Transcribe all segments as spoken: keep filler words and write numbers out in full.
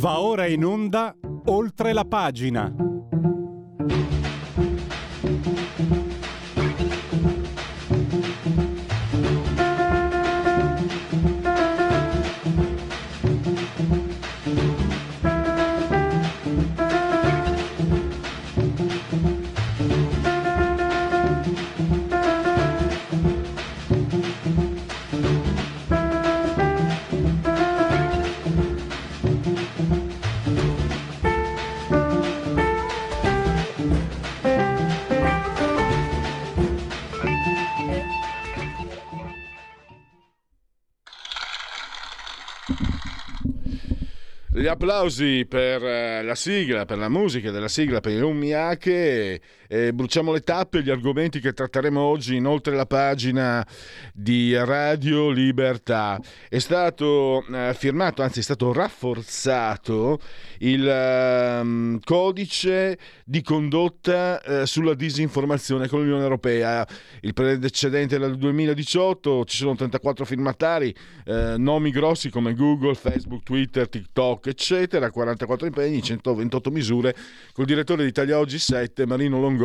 Va ora in onda Oltre la pagina. Gli applausi per la sigla, per la musica della sigla, per il Miyake. E bruciamo le tappe, gli argomenti che tratteremo oggi in Oltre la pagina di Radio Libertà. È stato eh, firmato, anzi è stato rafforzato il eh, codice di condotta eh, sulla disinformazione con l'Unione Europea. Il precedente era del duemiladiciotto, ci sono trentaquattro firmatari, eh, nomi grossi come Google, Facebook, Twitter, TikTok, eccetera, quarantaquattro impegni, centoventotto misure, col direttore di Italia Oggi sette, Marino Longoni.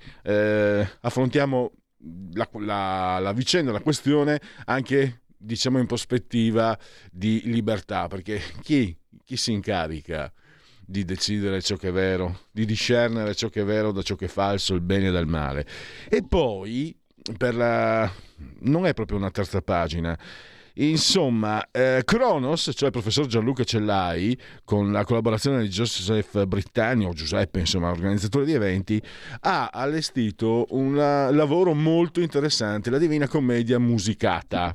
Eh, affrontiamo la, la, la vicenda, la questione anche, diciamo, in prospettiva di libertà, perché chi, chi si incarica di decidere ciò che è vero, di discernere ciò che è vero da ciò che è falso, il bene dal male? E poi, per la... non è proprio una terza pagina. Insomma, eh, Cronos, cioè il professor Gianluca Cellai, con la collaborazione di Joseph Brittani, o Giuseppe, insomma, organizzatore di eventi, ha allestito un lavoro molto interessante, la Divina Commedia musicata.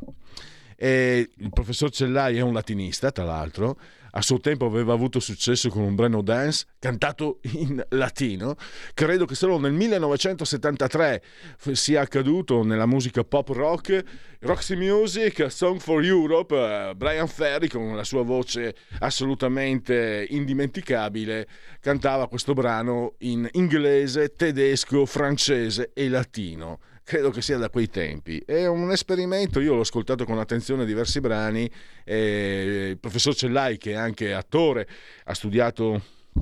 E il professor Cellai è un latinista, tra l'altro. A suo tempo aveva avuto successo con un brano dance cantato in latino. Credo che solo nel millenovecentosettantatré sia accaduto nella musica pop rock. Roxy Music, A Song for Europe, Brian Ferry con la sua voce assolutamente indimenticabile cantava questo brano in inglese, tedesco, francese e latino. Credo che sia da quei tempi. È un esperimento, io l'ho ascoltato con attenzione diversi brani, e il professor Cellai, che è anche attore, ha studiato,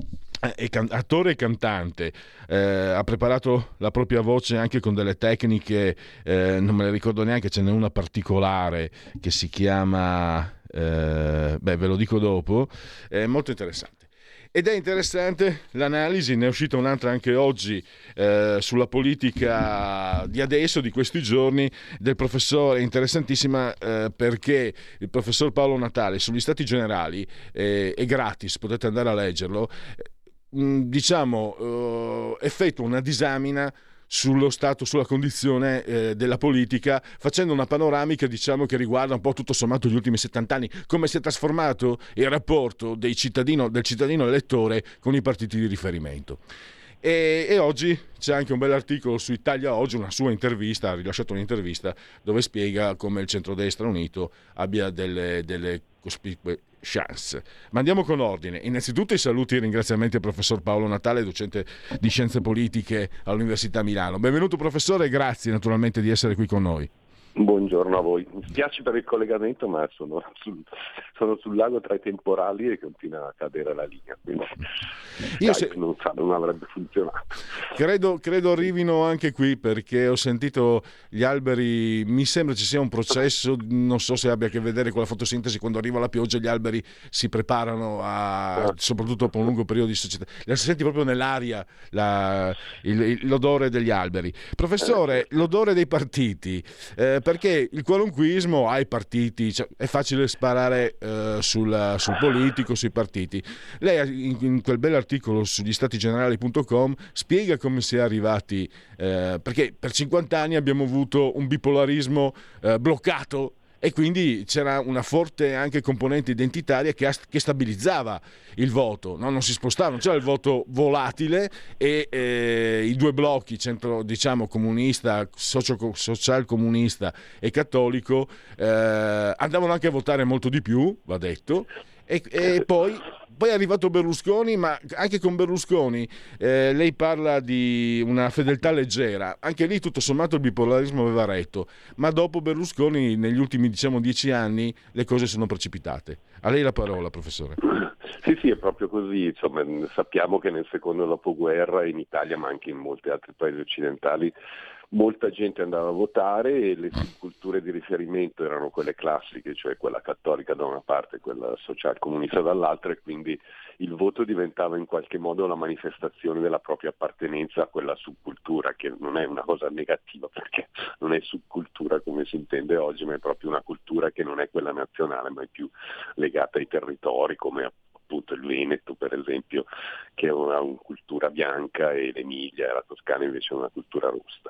è can- attore e cantante, eh, ha preparato la propria voce anche con delle tecniche, eh, non me le ricordo neanche, ce n'è una particolare che si chiama, eh, beh ve lo dico dopo, è molto interessante. Ed è interessante l'analisi, ne è uscita un'altra anche oggi eh, sulla politica di adesso, di questi giorni, del professore, interessantissima eh, perché il professor Paolo Natale sugli Stati Generali eh, è gratis, potete andare a leggerlo, eh, diciamo eh, effettua una disamina sullo stato, sulla condizione eh, della politica, facendo una panoramica, diciamo, che riguarda un po' tutto sommato gli ultimi settanta anni, come si è trasformato il rapporto dei cittadino, del cittadino elettore con i partiti di riferimento. E, e oggi c'è anche un bell'articolo su Italia Oggi, una sua intervista, ha rilasciato un'intervista dove spiega come il centrodestra unito abbia delle, delle cospicue chance. Ma andiamo con ordine. Innanzitutto i saluti e i ringraziamenti al professor Paolo Natale, docente di Scienze Politiche all'Università Milano. Benvenuto professore e grazie naturalmente di essere qui con noi. Buongiorno a voi. Mi spiace per il collegamento, ma sono sul, sono sul lago tra i temporali e continua a cadere la linea, quindi Io se... non, non avrebbe funzionato. Credo, credo arrivino anche qui, perché ho sentito gli alberi, mi sembra ci sia un processo, non so se abbia a che vedere con la fotosintesi, quando arriva la pioggia gli alberi si preparano a, soprattutto dopo un lungo periodo di società, la senti proprio nell'aria la, il, l'odore degli alberi. Professore, l'odore dei partiti, eh, perché il qualunquismo ha i partiti, cioè, è facile sparare eh, sul, sul politico, sui partiti. Lei in, in quel bell'articolo sugli stati generali punto com spiega come si è arrivati, eh, perché per cinquanta anni abbiamo avuto un bipolarismo eh, bloccato, e quindi c'era una forte anche componente identitaria che, che stabilizzava il voto, no? Non si spostava, non c'era il voto volatile, e eh, i due blocchi, centro, diciamo, comunista, socio, social comunista e cattolico, eh, andavano anche a votare molto di più, va detto, e, e poi Poi è arrivato Berlusconi, ma anche con Berlusconi eh, lei parla di una fedeltà leggera. Anche lì tutto sommato il bipolarismo aveva retto, ma dopo Berlusconi negli ultimi, diciamo, dieci anni le cose sono precipitate. A lei la parola, professore. Sì, sì, è proprio così. Insomma, sappiamo che nel secondo dopoguerra in Italia, ma anche in molti altri paesi occidentali, molta gente andava a votare e le subculture di riferimento erano quelle classiche, cioè quella cattolica da una parte e quella social-comunista dall'altra, e quindi il voto diventava in qualche modo la manifestazione della propria appartenenza a quella subcultura, che non è una cosa negativa perché non è subcultura come si intende oggi, ma è proprio una cultura che non è quella nazionale, ma è più legata ai territori, come appunto il Veneto per esempio, che è una, una cultura bianca, e l'Emilia e la Toscana invece è una cultura rossa.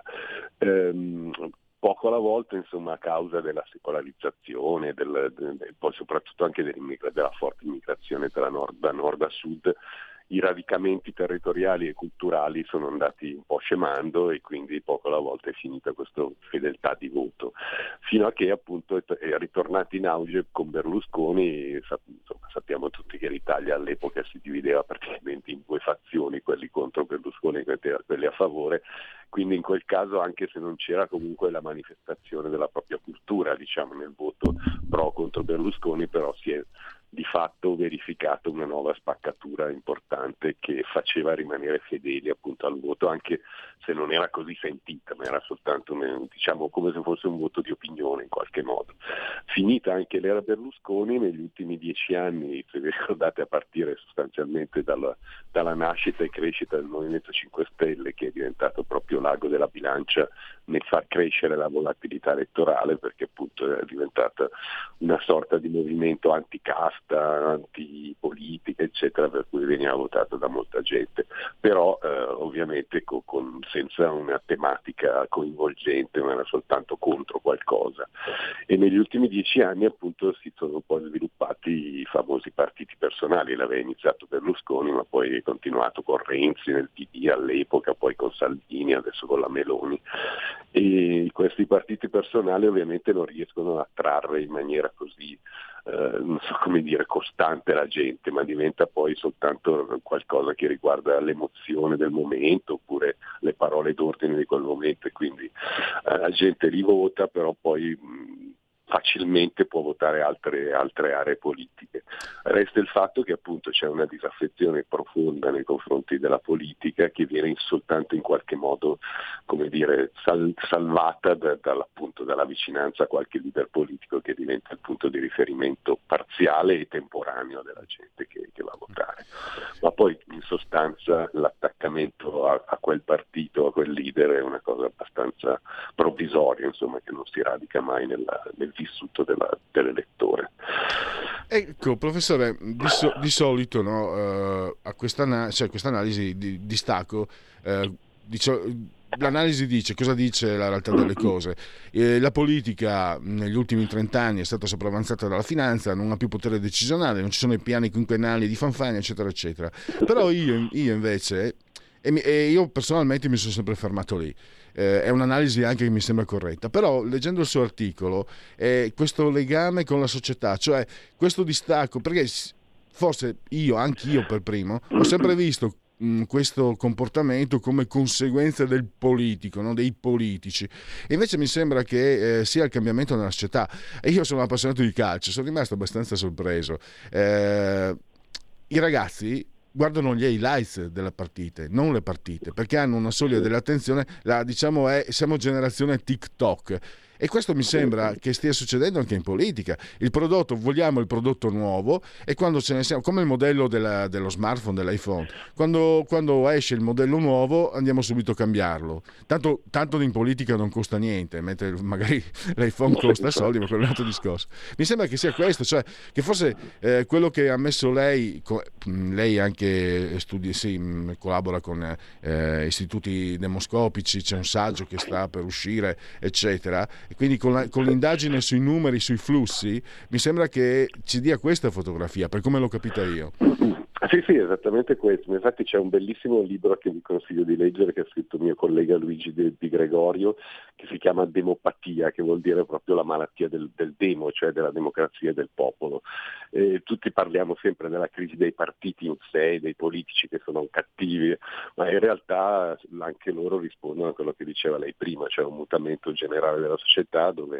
Ehm, poco alla volta, insomma, a causa della secolarizzazione, del, del, poi soprattutto anche della forte immigrazione tra nord, da nord a sud, i radicamenti territoriali e culturali sono andati un po' scemando, e quindi poco alla volta è finita questa fedeltà di voto, fino a che appunto è ritornato in auge con Berlusconi. Insomma, sappiamo tutti che l'Italia all'epoca si divideva praticamente in due fazioni, quelli contro Berlusconi e quelli a favore, quindi in quel caso, anche se non c'era, comunque la manifestazione della propria cultura, diciamo, nel voto pro contro Berlusconi, però si è di fatto verificato una nuova spaccatura importante che faceva rimanere fedeli appunto al voto, anche se non era così sentita, ma era soltanto un, diciamo, come se fosse un voto di opinione in qualche modo. Finita anche l'era Berlusconi, negli ultimi dieci anni, se vi ricordate, a partire sostanzialmente dalla, dalla nascita e crescita del Movimento cinque Stelle, che è diventato proprio l'ago della bilancia nel far crescere la volatilità elettorale, perché appunto è diventata una sorta di movimento anticasta, antipolitica, eccetera, per cui veniva votato da molta gente, però eh, ovviamente con, con, senza una tematica coinvolgente, ma era soltanto contro qualcosa. E negli ultimi dieci anni appunto si sono poi sviluppati i famosi partiti personali. L'aveva iniziato Berlusconi, ma poi è continuato con Renzi nel P D all'epoca, poi con Salvini, adesso con la Meloni, e questi partiti personali ovviamente non riescono a attrarre in maniera così Eh, non so come dire, costante la gente, ma diventa poi soltanto qualcosa che riguarda l'emozione del momento oppure le parole d'ordine di quel momento, e quindi eh, la gente li vota, però poi mh, facilmente può votare altre, altre aree politiche. Resta il fatto che appunto c'è una disaffezione profonda nei confronti della politica, che viene soltanto in qualche modo, come dire, sal- salvata da, dall'appunto dalla vicinanza a qualche leader politico, che diventa il punto di riferimento parziale e temporaneo della gente che, che va a votare. Ma poi in sostanza l'attaccamento a, a quel partito, a quel leader, è una cosa abbastanza provvisoria, insomma, che non si radica mai nella, nel vissuto della, dell'elettore. Ecco, professore, di, so, di solito no, uh, a questa cioè, analisi di distacco, uh, dice, l'analisi dice cosa dice la realtà delle cose. Eh, la politica negli ultimi trent'anni è stata sopravanzata dalla finanza, non ha più potere decisionale, non ci sono i piani quinquennali di Fanfani, eccetera, eccetera. Però io, io invece, e, mi, e io personalmente mi sono sempre fermato lì. Eh, è un'analisi anche che mi sembra corretta, però leggendo il suo articolo eh, questo legame con la società, cioè questo distacco, perché forse io, anch'io per primo, ho sempre visto mh, questo comportamento come conseguenza del politico, no? Dei politici, e invece mi sembra che eh, sia il cambiamento nella società. E io sono appassionato di calcio, sono rimasto abbastanza sorpreso. Eh, i ragazzi guardano gli highlights delle partite, non le partite, perché hanno una soglia dell'attenzione, la, diciamo è, siamo generazione TikTok. E questo mi sembra che stia succedendo anche in politica. Il prodotto, vogliamo il prodotto nuovo, e quando ce ne siamo, come il modello della, dello smartphone, dell'iPhone, quando, quando esce il modello nuovo andiamo subito a cambiarlo. Tanto, tanto in politica non costa niente, mentre magari l'iPhone costa soldi, ma quello è un altro discorso. Mi sembra che sia questo, cioè che forse eh, quello che ha messo lei, co- lei anche studi, sì, collabora con eh, istituti demoscopici, c'è un saggio che sta per uscire, eccetera. E quindi con, la, con l'indagine sui numeri, sui flussi, mi sembra che ci dia questa fotografia, per come l'ho capita io. Sì, sì, esattamente questo. Infatti c'è un bellissimo libro che vi consiglio di leggere, che ha scritto il mio collega Luigi Di Gregorio, che si chiama Demopatia, che vuol dire proprio la malattia del, del demo, cioè della democrazia e del popolo. Eh, tutti parliamo sempre della crisi dei partiti in sé, dei politici che sono cattivi, ma in realtà anche loro rispondono a quello che diceva lei prima, cioè un mutamento generale della società dove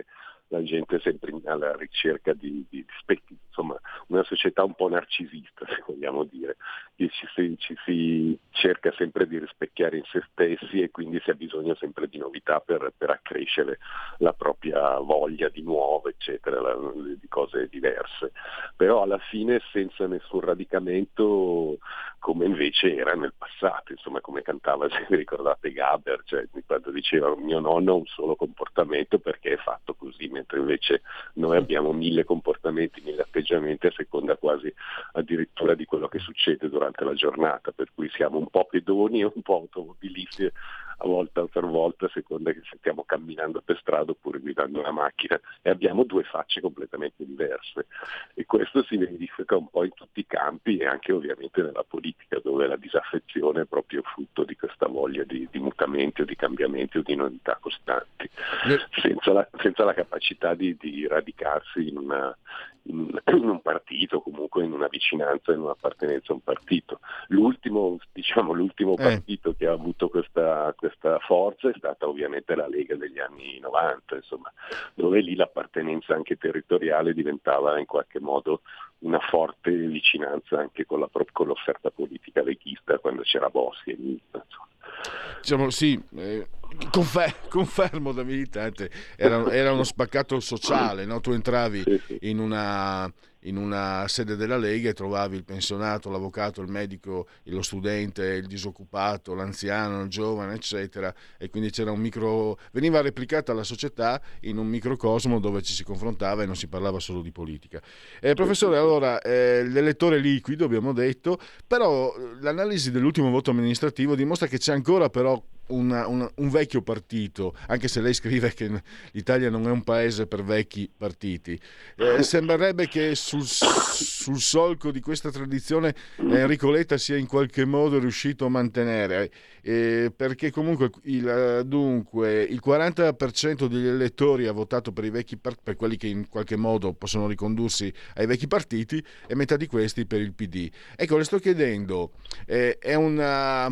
la gente è sempre alla ricerca di, di, di specchi, insomma una società un po' narcisista, se vogliamo dire, che ci si, ci si cerca sempre di rispecchiare in se stessi e quindi si ha bisogno sempre di novità per, per accrescere la propria voglia di nuovo, eccetera, la, di cose diverse. Però alla fine senza nessun radicamento, come invece era nel passato, insomma, come cantava, se vi ricordate Gaber, cioè quando diceva mio nonno ha un solo comportamento perché è fatto così, mentre invece noi abbiamo mille comportamenti, mille atteggiamenti a seconda quasi addirittura di quello che succede durante la giornata, per cui siamo un po' pedoni e un po' automobilisti a volta per volta a seconda che stiamo camminando per strada oppure guidando una macchina, e abbiamo due facce completamente diverse, e questo si verifica un po' in tutti i campi e anche ovviamente nella politica, dove la disaffezione è proprio frutto di questa voglia di, di mutamenti o di cambiamenti o di novità costanti, senza la, senza la capacità di, di radicarsi in, una, in, in un partito, comunque in una vicinanza, in un'appartenenza a un partito. L'ultimo, diciamo, l'ultimo eh. partito che ha avuto questa, questa forza è stata ovviamente la Lega degli anni novanta, insomma, dove lì l'appartenenza anche territoriale diventava in qualche modo una forte vicinanza anche con, la, con l'offerta politica leghista, quando c'era Boschi e Milita, insomma. Diciamo sì, eh, confer- confermo da militante, era, era uno spaccato sociale, no? Tu entravi sì, sì. in una in una sede della Lega e trovavi il pensionato, l'avvocato, il medico, lo studente, il disoccupato, l'anziano, il giovane, eccetera, e quindi c'era un micro, veniva replicata la società in un microcosmo dove ci si confrontava e non si parlava solo di politica. Eh, professore, allora, eh, l'elettore liquido abbiamo detto, però l'analisi dell'ultimo voto amministrativo dimostra che c'è ancora però Una, una, un vecchio partito, anche se lei scrive che l'Italia non è un paese per vecchi partiti. Eh, sembrerebbe che sul, sul solco di questa tradizione Enrico Letta sia in qualche modo riuscito a mantenere, eh, perché comunque il, dunque, il quaranta per cento degli elettori ha votato per i vecchi partiti, per quelli che in qualche modo possono ricondursi ai vecchi partiti, e metà di questi per il P D. Ecco, le sto chiedendo, eh, è una...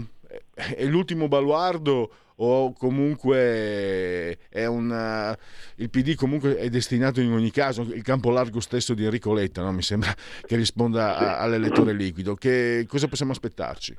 è l'ultimo baluardo o comunque è un il P D comunque è destinato in ogni caso, il campo largo stesso di Enrico Letta, no? Mi sembra che risponda a, all'elettore liquido. Che cosa possiamo aspettarci?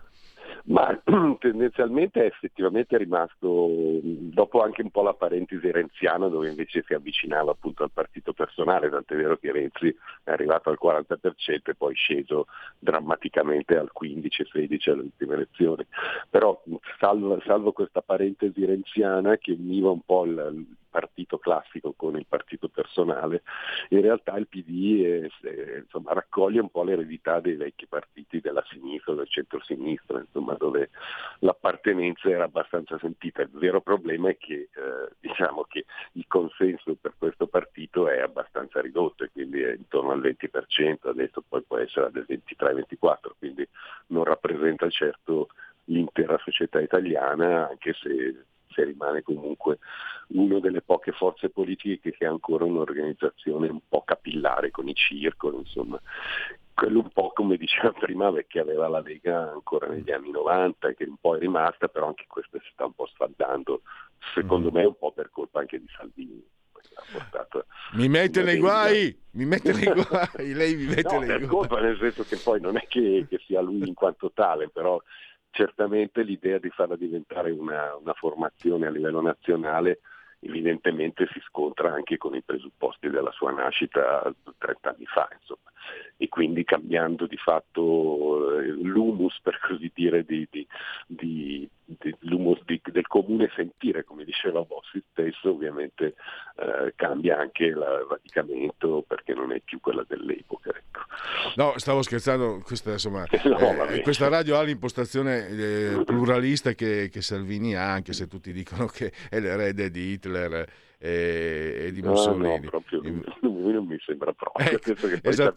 Ma tendenzialmente è effettivamente rimasto, dopo anche un po' la parentesi renziana, dove invece si avvicinava appunto al partito personale, tant'è vero che Renzi è arrivato al quaranta per cento e poi sceso drammaticamente al quindici sedici alle ultime elezioni. Però salvo, salvo questa parentesi renziana che univa un po' il, il partito classico con il partito personale, in realtà il P D è, è, insomma, raccoglie un po' l'eredità dei vecchi partiti della sinistra, del centro-sinistra, insomma, dove l'appartenenza era abbastanza sentita. Il vero problema è che eh, diciamo che il consenso per questo partito è abbastanza ridotto, e quindi è intorno al venti per cento, adesso poi può essere del ventitré ventiquattro, quindi non rappresenta certo l'intera società italiana, anche se se rimane comunque una delle poche forze politiche che ha ancora un'organizzazione un po' capillare con i circoli, insomma. Quello un po' come diceva prima che aveva la Lega ancora negli anni novanta e che un po' è rimasta, però anche questa si sta un po' sfaldando, secondo me un po' per colpa anche di Salvini. Portato mi mette nei guai, mi mette nei guai, lei mi mette no, nei per guai. Colpa, nel senso che poi non è che, che sia lui in quanto tale, però certamente l'idea di farla diventare una, una formazione a livello nazionale evidentemente si scontra anche con i presupposti della sua nascita trenta anni fa, insomma, e quindi cambiando di fatto eh, l'humus, per così dire, di, di, di, di, l'humus di, del comune sentire, come diceva Bossi stesso, ovviamente eh, cambia anche la, il radicamento, perché non è più quella dell'epoca. Ecco. No, stavo scherzando, questa, insomma, no, eh, questa radio ha l'impostazione eh, pluralista che, che Salvini ha, anche se tutti dicono che è l'erede di Hitler e, e di Mussolini. No, no, proprio lui non mi sembra proprio, ecco, penso che poi esatto. abbiamo il,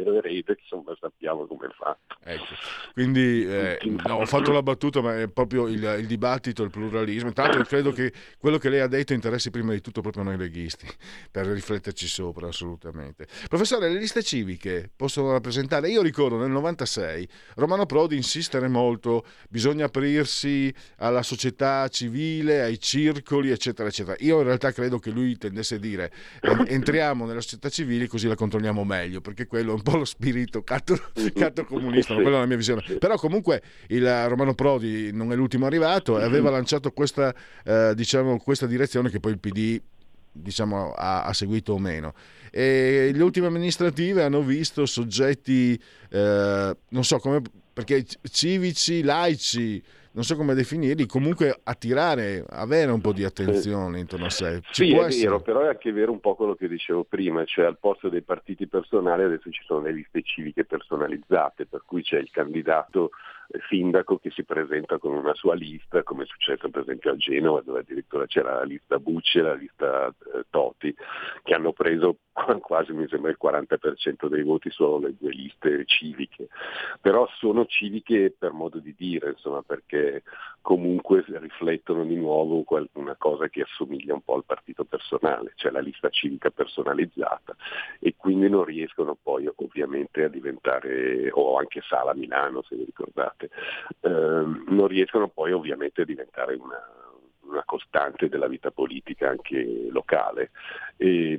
vero erede, insomma sappiamo come fa. Ecco. Quindi eh, no, ho fatto la battuta, ma è proprio il, il dibattito, il pluralismo. Tra l'altro credo che quello che lei ha detto interessi prima di tutto proprio noi leghisti, per rifletterci sopra, assolutamente. Professore, le liste civiche possono rappresentare, io ricordo nel novantasei Romano Prodi insistere molto, bisogna aprirsi alla società civile, ai circoli, eccetera, eccetera. Io in realtà credo che lui tendesse a dire entriamo nella società civile così la controlliamo meglio, perché quello è un po' lo spirito catto, catto comunista, quella è la mia visione. Però comunque il Romano Prodi non è l'ultimo arrivato e aveva lanciato questa, eh, diciamo, questa direzione che poi il P D diciamo ha, ha seguito o meno. E le ultime amministrative hanno visto soggetti eh, non so come, perché civici, laici, non so come definirli, comunque attirare, avere un po' di attenzione intorno a sé. Ci sì, può è essere? vero, però è anche vero un po' quello che dicevo prima, cioè al posto dei partiti personali adesso ci sono le liste civiche personalizzate, per cui c'è il candidato sindaco che si presenta con una sua lista, come è successo per esempio a Genova, dove addirittura c'era la lista Bucci e la lista eh, Toti, che hanno preso quasi, mi sembra, il quaranta per cento dei voti solo le due liste civiche. Però sono civiche per modo di dire, insomma, perché comunque riflettono di nuovo una cosa che assomiglia un po' al partito personale, cioè la lista civica personalizzata, e quindi non riescono poi ovviamente a diventare, o anche Sala Milano se vi ricordate, ehm, non riescono poi ovviamente a diventare una una costante della vita politica anche locale e,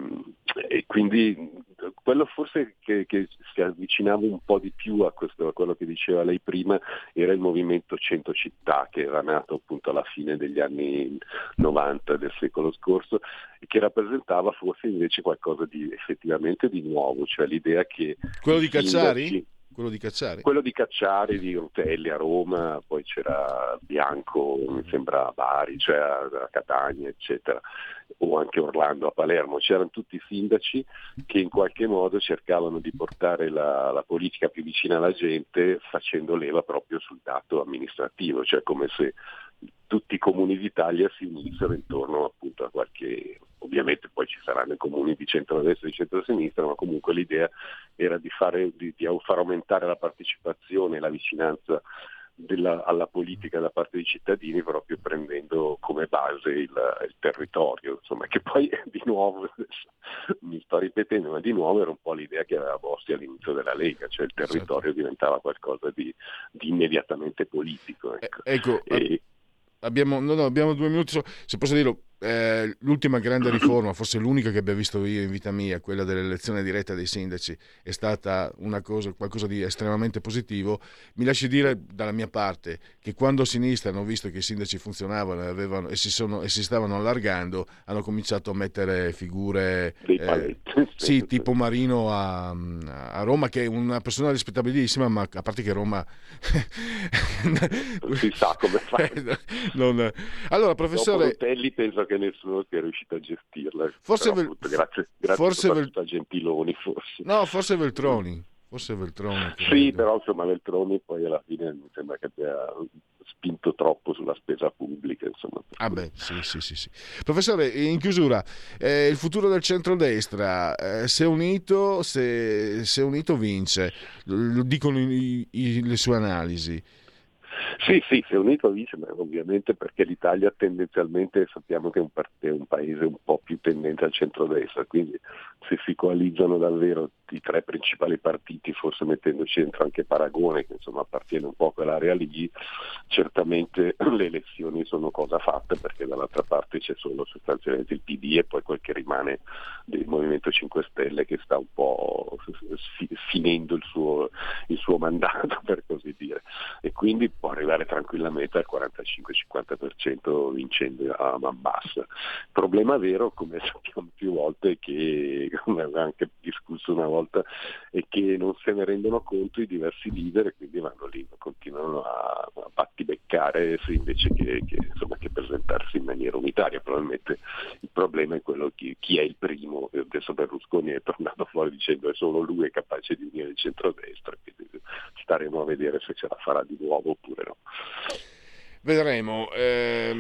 e quindi quello forse che, che si avvicinava un po' di più a, questo, a quello che diceva lei prima era il movimento Cento Città, che era nato appunto alla fine degli anni novanta del secolo scorso e che rappresentava forse invece qualcosa di effettivamente di nuovo, cioè l'idea che quello di Cacciari? Sindaci, Quello di Cacciari? Quello di Cacciari, di Rutelli a Roma, poi c'era Bianco, mi sembra a Bari, cioè a Catania, eccetera, o anche Orlando a Palermo. C'erano tutti i sindaci che in qualche modo cercavano di portare la, la politica più vicina alla gente facendo leva proprio sul dato amministrativo, cioè come se tutti i comuni d'Italia si unissero intorno appunto a qualche, ovviamente poi ci saranno i comuni di centrodestra e di centrosinistra, ma comunque l'idea era di fare di, di far aumentare la partecipazione e la vicinanza della, alla politica da parte dei cittadini, proprio prendendo come base il, il territorio, insomma, che poi di nuovo mi sto ripetendo, ma di nuovo era un po' l'idea che aveva Bossi all'inizio della Lega, cioè il territorio certo. diventava qualcosa di, di immediatamente politico. Ecco, eh, ecco e, abbiamo, no, no, abbiamo due minuti, se posso dirlo. Eh, l'ultima grande riforma, forse l'unica che abbia visto io in vita mia, quella dell'elezione diretta dei sindaci, è stata una cosa, qualcosa di estremamente positivo. Mi lasci dire dalla mia parte che quando a sinistra hanno visto che i sindaci funzionavano e, avevano, e, si, sono, e si stavano allargando, hanno cominciato a mettere figure eh, sì, tipo Marino a, a Roma, che è una persona rispettabilissima, ma a parte che Roma si sa come fa. non... Allora, professore, dopo Rutelli penso che nessuno sia riuscito a gestirla. Forse, Però, appunto, grazie, grazie forse soprattutto a Gentiloni, forse. No, forse Veltroni. Forse Veltroni. Sì, però insomma Veltroni poi alla fine mi sembra che abbia spinto troppo sulla spesa pubblica. Insomma. Ah beh, sì, sì, sì, sì. Professore, in chiusura, eh, il futuro del centrodestra, eh, se unito, se, se unito vince, lo dicono i, i, le sue analisi. Sì, sì, se unito vince, ma ovviamente perché l'Italia tendenzialmente sappiamo che è un, part- è un paese un po' più tendente al centrodestra, quindi se si coalizzano davvero i tre principali partiti, forse mettendo centro anche Paragone, che insomma appartiene un po' a quell'area lì, certamente le elezioni sono cosa fatta, perché dall'altra parte c'è solo sostanzialmente il P D e poi quel che rimane del Movimento cinque Stelle che sta un po' finendo il suo, il suo mandato, per così dire, e quindi può arrivare tranquillamente al quarantacinque cinquanta per cento vincendo a man bassa. Il problema vero, come sappiamo più volte, è che, come avevamo anche discusso una volta, è che non se ne rendono conto i diversi leader e quindi vanno lì, continuano a, a battibeccare invece che, che, insomma, che presentarsi in maniera unitaria. Probabilmente il problema è quello che chi è il primo. Adesso Berlusconi è tornato fuori dicendo che solo lui è capace di unire il centrodestra, quindi staremo a vedere se ce la farà di nuovo oppure no. Vedremo. Eh,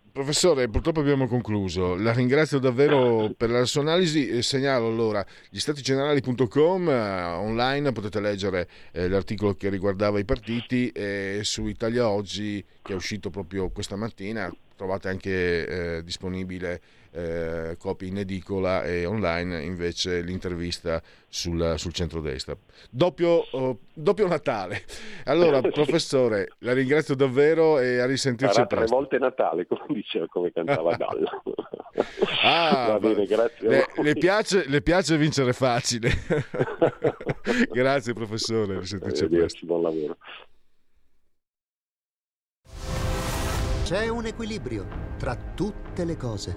Professore, purtroppo abbiamo concluso. La ringrazio davvero per la sua analisi. E segnalo allora gli stati generali punto com, eh, online potete leggere eh, l'articolo che riguardava i partiti, e su Italia Oggi, che è uscito proprio questa mattina, trovate anche eh, disponibile eh, copie in edicola, e online invece l'intervista sul, sul centrodestra. Doppio, oh, doppio Natale. Allora, professore, la ringrazio davvero e a risentirci Sarà presto. tre volte Natale, come diceva, come cantava Gallo. Ah, va bene, grazie. Le, le, piace, le piace vincere facile. Grazie professore, a risentirci presto. Buon lavoro. C'è un equilibrio tra tutte le cose.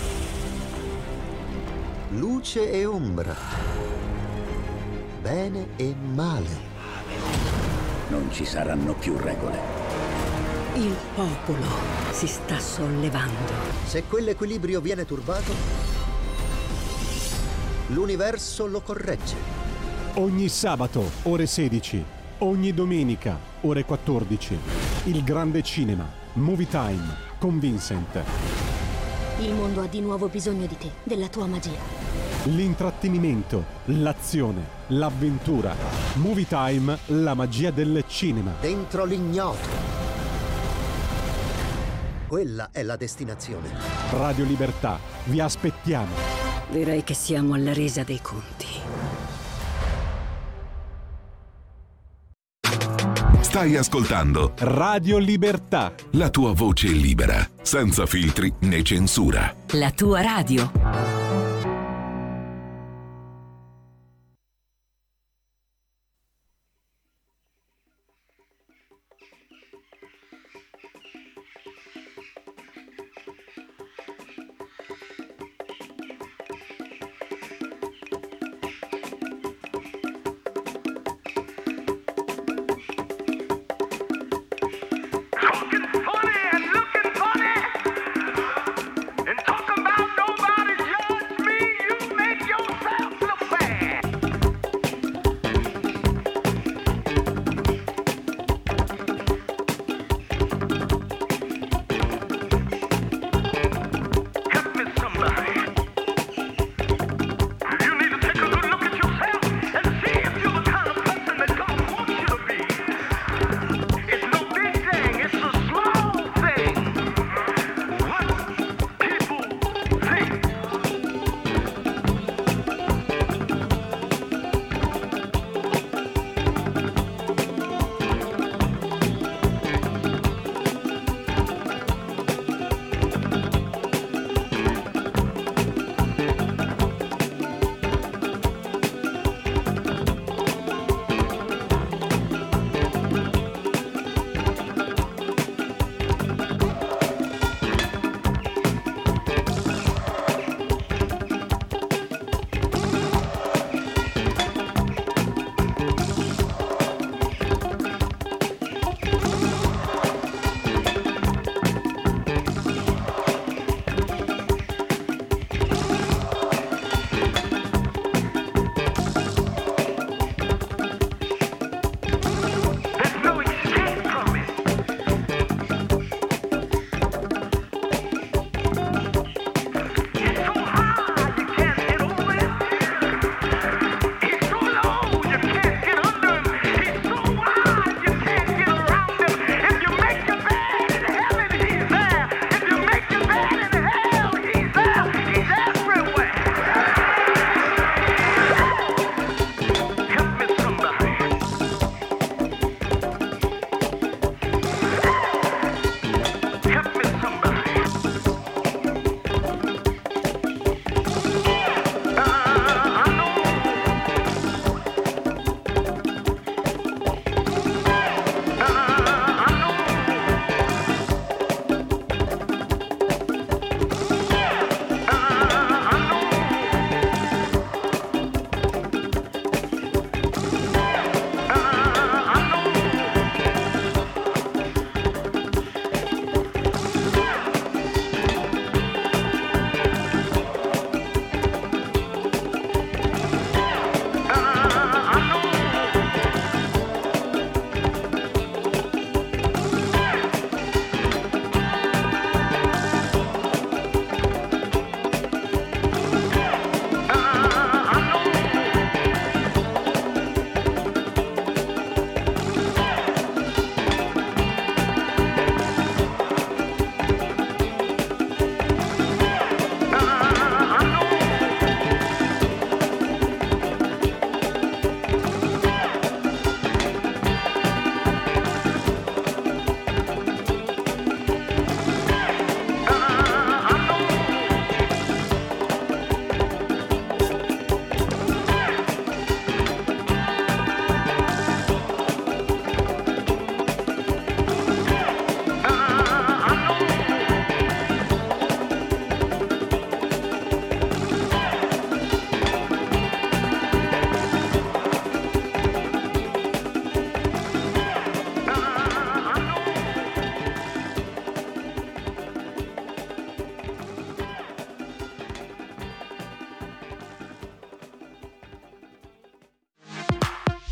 Luce e ombra. Bene e male. Non ci saranno più regole. Il popolo si sta sollevando. Se quell'equilibrio viene turbato, l'universo lo corregge. Ogni sabato, ore sedici. Ogni domenica, ore quattordici. Il grande cinema. Movie Time con Vincent. Il mondo ha di nuovo bisogno di te, della tua magia. L'intrattenimento, l'azione, l'avventura. Movie Time, la magia del cinema. Dentro l'ignoto. Quella è la destinazione. Radio Libertà, vi aspettiamo. Direi che siamo alla resa dei conti. Stai ascoltando Radio Libertà. La tua voce libera, senza filtri né censura. La tua radio. Talking funny and looking funny and talking about nobody's young.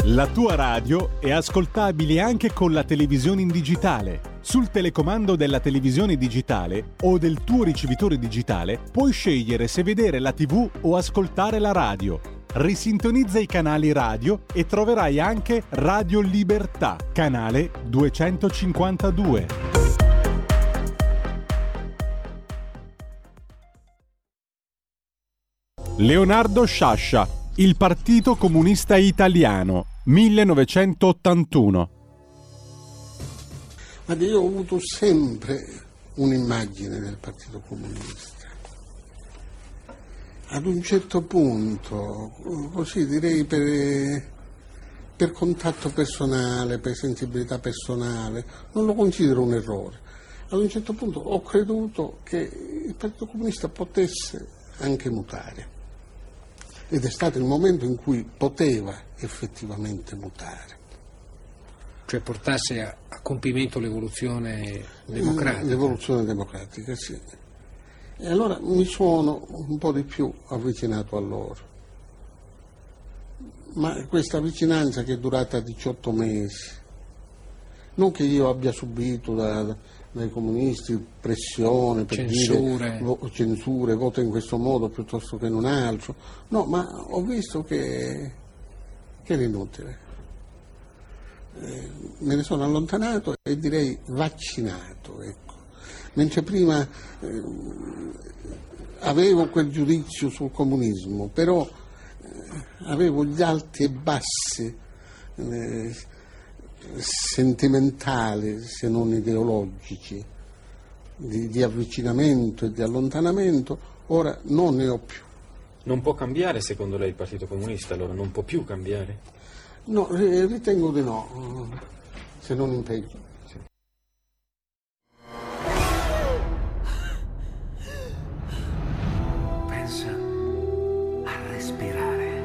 La tua radio è ascoltabile anche con la televisione in digitale. Sul telecomando della televisione digitale o del tuo ricevitore digitale puoi scegliere se vedere la tivù o ascoltare la radio. Risintonizza i canali radio e troverai anche Radio Libertà, canale duecentocinquantadue. Leonardo Sciascia, Il Partito Comunista Italiano, millenovecentottantuno. Ma io ho avuto sempre un'immagine del Partito Comunista. Ad un certo punto, così direi per, per contatto personale, per sensibilità personale, non lo considero un errore. Ad un certo punto ho creduto che il Partito Comunista potesse anche mutare. Ed è stato il momento in cui poteva effettivamente mutare. Cioè portasse a, a compimento l'evoluzione democratica. L'evoluzione democratica, sì. E allora mi sono un po' di più avvicinato a loro. Ma questa vicinanza che è durata diciotto mesi, non che io abbia subito da, dai comunisti pressione per censure. dire vo, censure, vota in questo modo piuttosto che in un altro, no, ma ho visto che, che era inutile. Eh, me ne sono allontanato e direi vaccinato, ecco. Mentre prima eh, avevo quel giudizio sul comunismo, però eh, avevo gli alti e bassi eh, sentimentali, se non ideologici, di, di avvicinamento e di allontanamento, ora non ne ho più. Non può cambiare secondo lei il Partito Comunista, allora non può più cambiare? No, ritengo di no, se non in peggio. Pensa a respirare.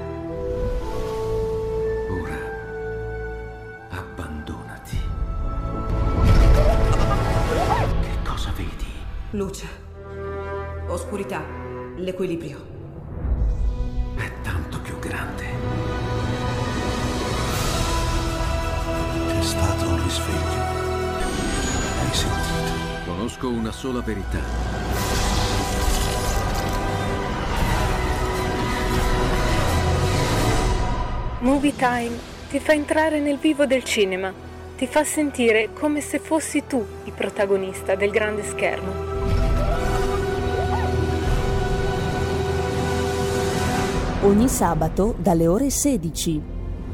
Ora abbandonati. Che cosa vedi? Luce, oscurità, l'equilibrio. È tanto più grande. C'è stato un risveglio. Hai sentito? Conosco una sola verità. Movie Time ti fa entrare nel vivo del cinema, ti fa sentire come se fossi tu il protagonista del grande schermo. Ogni sabato dalle ore sedici.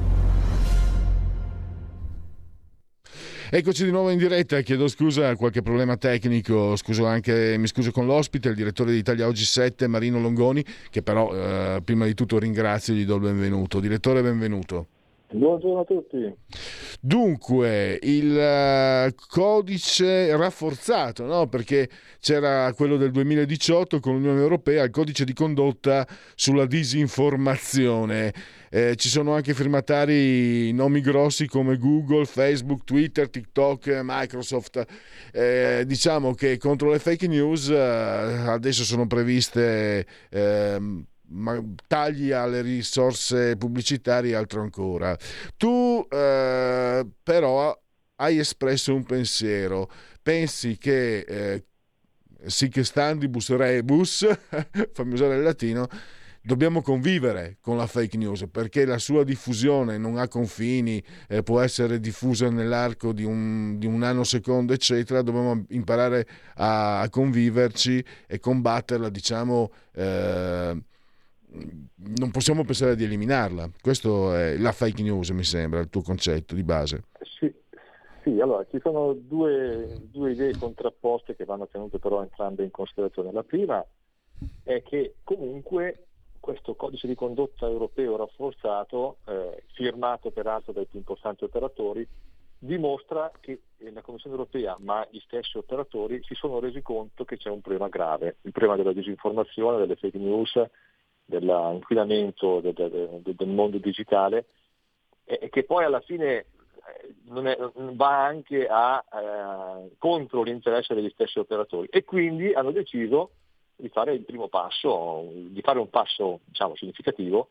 Eccoci di nuovo in diretta, chiedo scusa, qualche problema tecnico, scuso anche, mi scuso con l'ospite, il direttore di Italia Oggi sette, Marino Longoni, che però eh, prima di tutto ringrazio e gli do il benvenuto. Direttore, benvenuto. Buongiorno a tutti. Dunque, il uh, codice rafforzato, no? Perché c'era quello del duemiladiciotto con l'Unione Europea, il codice di condotta sulla disinformazione. Eh, ci sono anche firmatari nomi grossi come Google, Facebook, Twitter, TikTok, Microsoft. Eh, diciamo che contro le fake news eh, adesso sono previste eh, ma tagli alle risorse pubblicitarie e altro ancora. Tu eh, però hai espresso un pensiero, pensi che eh, sic stantibus rebus, fammi usare il latino, dobbiamo convivere con la fake news perché la sua diffusione non ha confini, eh, può essere diffusa nell'arco di un, di un nanosecondo eccetera, dobbiamo imparare a, a conviverci e combatterla, diciamo, eh, non possiamo pensare di eliminarla. Questo è la fake news, mi sembra, il tuo concetto di base. Sì, sì, allora ci sono due, due idee contrapposte che vanno tenute però entrambe in considerazione. La prima è che comunque questo codice di condotta europeo rafforzato, eh, firmato peraltro dai più importanti operatori, dimostra che la Commissione europea, ma gli stessi operatori, si sono resi conto che c'è un problema grave, il problema della disinformazione, delle fake news, dell'inquinamento del, del, del mondo digitale, e che poi alla fine non è, va anche a eh, contro l'interesse degli stessi operatori, e quindi hanno deciso di fare il primo passo, di fare un passo, diciamo, significativo,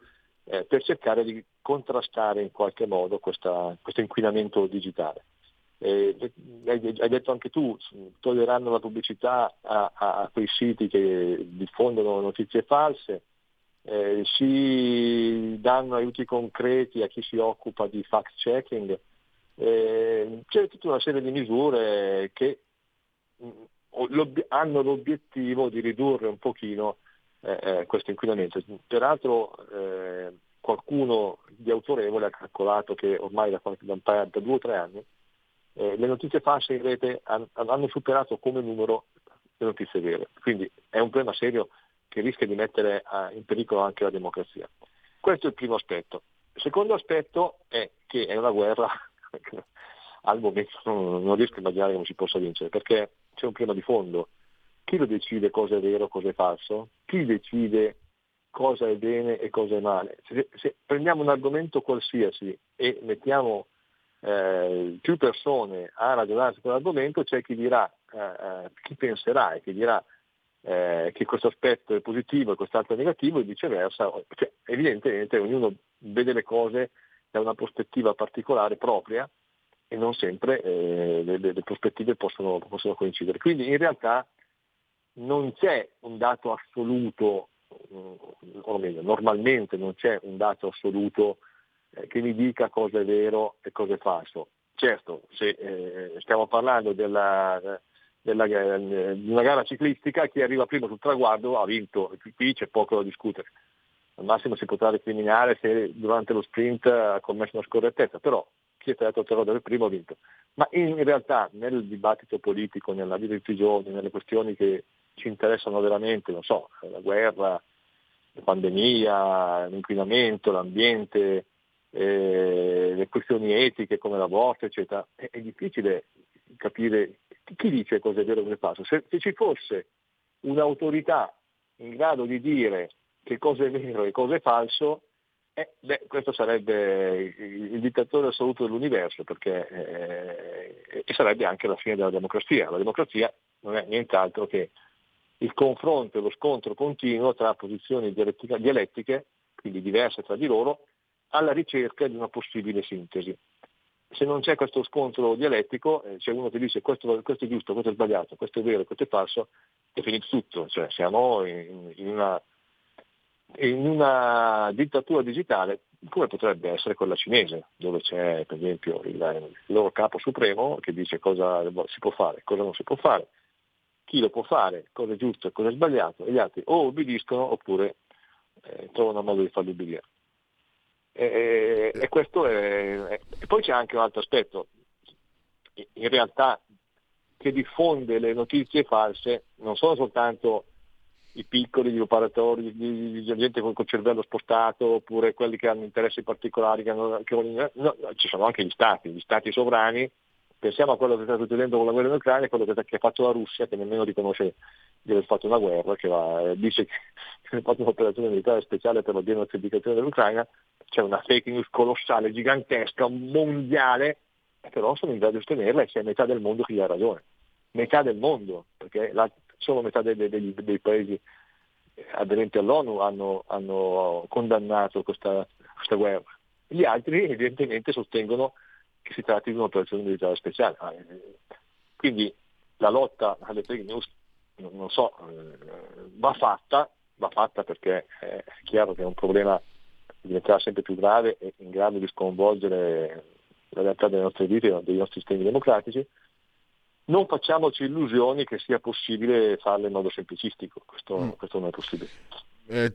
eh, per cercare di contrastare in qualche modo questa, questo inquinamento digitale. Eh, hai detto anche tu, toglieranno la pubblicità a, a, a quei siti che diffondono notizie false, eh, si danno aiuti concreti a chi si occupa di fact checking, eh, c'è tutta una serie di misure che mh, hanno l'obiettivo di ridurre un pochino eh, questo inquinamento. Peraltro eh, qualcuno di autorevole ha calcolato che ormai da, da, da due o tre anni Eh, le notizie false in rete han, hanno superato come numero le notizie vere, quindi è un problema serio che rischia di mettere a, in pericolo anche la democrazia. Questo è il primo aspetto. Il secondo aspetto è che è una guerra al momento non, non riesco a immaginare come si possa vincere, perché c'è un problema di fondo. Chi lo decide cosa è vero, cosa è falso? Chi decide cosa è bene e cosa è male? Se, se prendiamo un argomento qualsiasi e mettiamo Eh, più persone a ragionare su quell'argomento, c'è chi dirà, eh, chi penserà e chi dirà eh, che questo aspetto è positivo e quest'altro è negativo e viceversa. Cioè, evidentemente ognuno vede le cose da una prospettiva particolare propria e non sempre eh, le, le prospettive possono, possono coincidere. Quindi in realtà non c'è un dato assoluto, o meglio, normalmente non c'è un dato assoluto che mi dica cosa è vero e cosa è falso. Certo, se eh, stiamo parlando della, della, di una gara ciclistica, chi arriva prima sul traguardo ha vinto, qui c'è poco da discutere. Al massimo si potrà recriminare se durante lo sprint ha commesso una scorrettezza, però chi è stato atterrato del primo ha vinto. Ma in realtà nel dibattito politico, nella vita di tutti i giorni, nelle questioni che ci interessano veramente, non so, la guerra, la pandemia, l'inquinamento, l'ambiente, Eh, le questioni etiche come l'aborto eccetera, è, è difficile capire chi dice cosa è vero e cosa è falso. Se, se ci fosse un'autorità in grado di dire che cosa è vero e cosa è falso, eh, beh, questo sarebbe il, il dittatore assoluto dell'universo, perché eh, e sarebbe anche la fine della democrazia. La democrazia non è nient'altro che il confronto e lo scontro continuo tra posizioni dialettiche, quindi diverse tra di loro, alla ricerca di una possibile sintesi. Se non c'è questo scontro dialettico, eh, c'è uno che dice questo, questo è giusto, questo è sbagliato, questo è vero, questo è falso, è finito tutto. Cioè, siamo in, in, una, in una dittatura digitale come potrebbe essere quella cinese, dove c'è per esempio il, il loro capo supremo che dice cosa si può fare, cosa non si può fare, chi lo può fare, cosa è giusto e cosa è sbagliato, e gli altri o obbediscono oppure eh, trovano modo di farli obbedire. E, e questo è, è, e poi c'è anche un altro aspetto, in realtà che diffonde le notizie false non sono soltanto i piccoli, gli operatori, di gente con il cervello spostato, oppure quelli che hanno interessi particolari, che hanno, che vogliono, no, ci sono anche gli stati, gli stati sovrani. Pensiamo a quello che sta succedendo con la guerra in Ucraina, quello che, che ha fatto la Russia, che nemmeno riconosce di aver fatto una guerra, che va, dice che ha fatto un'operazione militare speciale per la denazificazione dell'Ucraina. C'è una fake news colossale, gigantesca, mondiale, però sono in grado di sostenerla e c'è metà del mondo che gli ha ragione. Metà del mondo, perché la, solo metà dei, dei, dei paesi aderenti all'ONU hanno, hanno condannato questa, questa guerra. Gli altri evidentemente sostengono che si tratti di un'operazione militare speciale. Quindi la lotta alle fake news, non so, va fatta, va fatta perché è chiaro che è un problema che diventerà sempre più grave e in grado di sconvolgere la realtà delle nostre vite e dei nostri sistemi democratici. Non facciamoci illusioni che sia possibile farlo in modo semplicistico, questo, mm. questo non è possibile. Eh,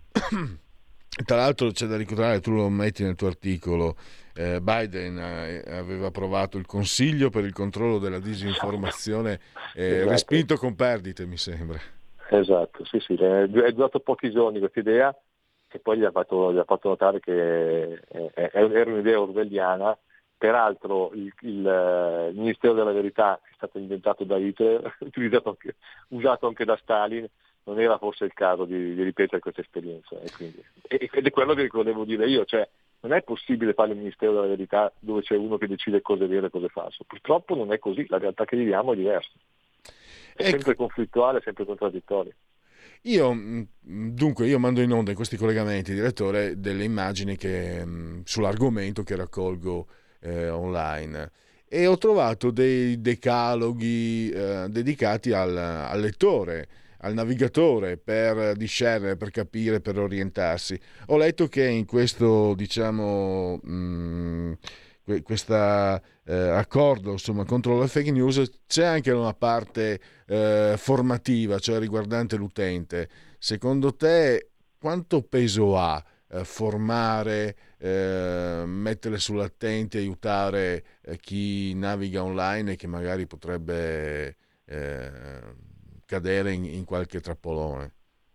tra l'altro c'è da ricordare, tu lo metti nel tuo articolo, eh, Biden eh, aveva approvato il Consiglio per il controllo della disinformazione, eh, esatto. Respinto con perdite, mi sembra. Esatto, sì, sì, è durato pochi giorni questa idea, che poi gli ha fatto, gli ha fatto notare che era un'idea orwelliana. Peraltro il, il, il Ministero della Verità è stato inventato da Hitler, utilizzato anche, usato anche da Stalin, non era forse il caso di, di ripetere questa esperienza. E quindi, ed è quello che volevo dire io, cioè non è possibile fare il Ministero della Verità dove c'è uno che decide cosa è vero e cosa è falso. Purtroppo non è così, la realtà che viviamo è diversa. È ecco. sempre conflittuale, sempre contraddittoria. Io dunque io mando in onda in questi collegamenti, direttore, delle immagini che sull'argomento che raccolgo eh, online, e ho trovato dei decaloghi eh, dedicati al, al lettore, al navigatore, per discernere, per capire, per orientarsi. Ho letto che in questo, diciamo, mh, questa eh, accordo, insomma, contro le fake news, c'è anche una parte eh, formativa, cioè riguardante l'utente. Secondo te quanto peso ha eh, formare, eh, mettere sull'attenti, aiutare eh, chi naviga online e che magari potrebbe eh, cadere in, in qualche trappolone?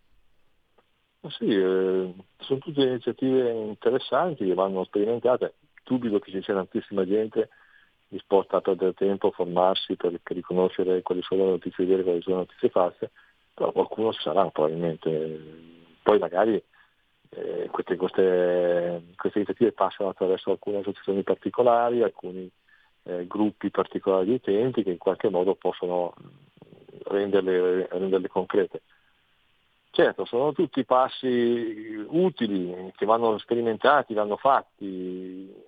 Sì, eh, sono tutte iniziative interessanti che vanno sperimentate. Dubito che ci sia tantissima gente disposta a perdere tempo a formarsi per riconoscere quali sono le notizie vere e quali sono le notizie false, però qualcuno ci sarà probabilmente. Poi magari eh, queste, queste, queste iniziative passano attraverso alcune associazioni particolari, alcuni eh, gruppi particolari di utenti che in qualche modo possono renderle, renderle concrete. Certo, sono tutti passi utili che vanno sperimentati, vanno fatti.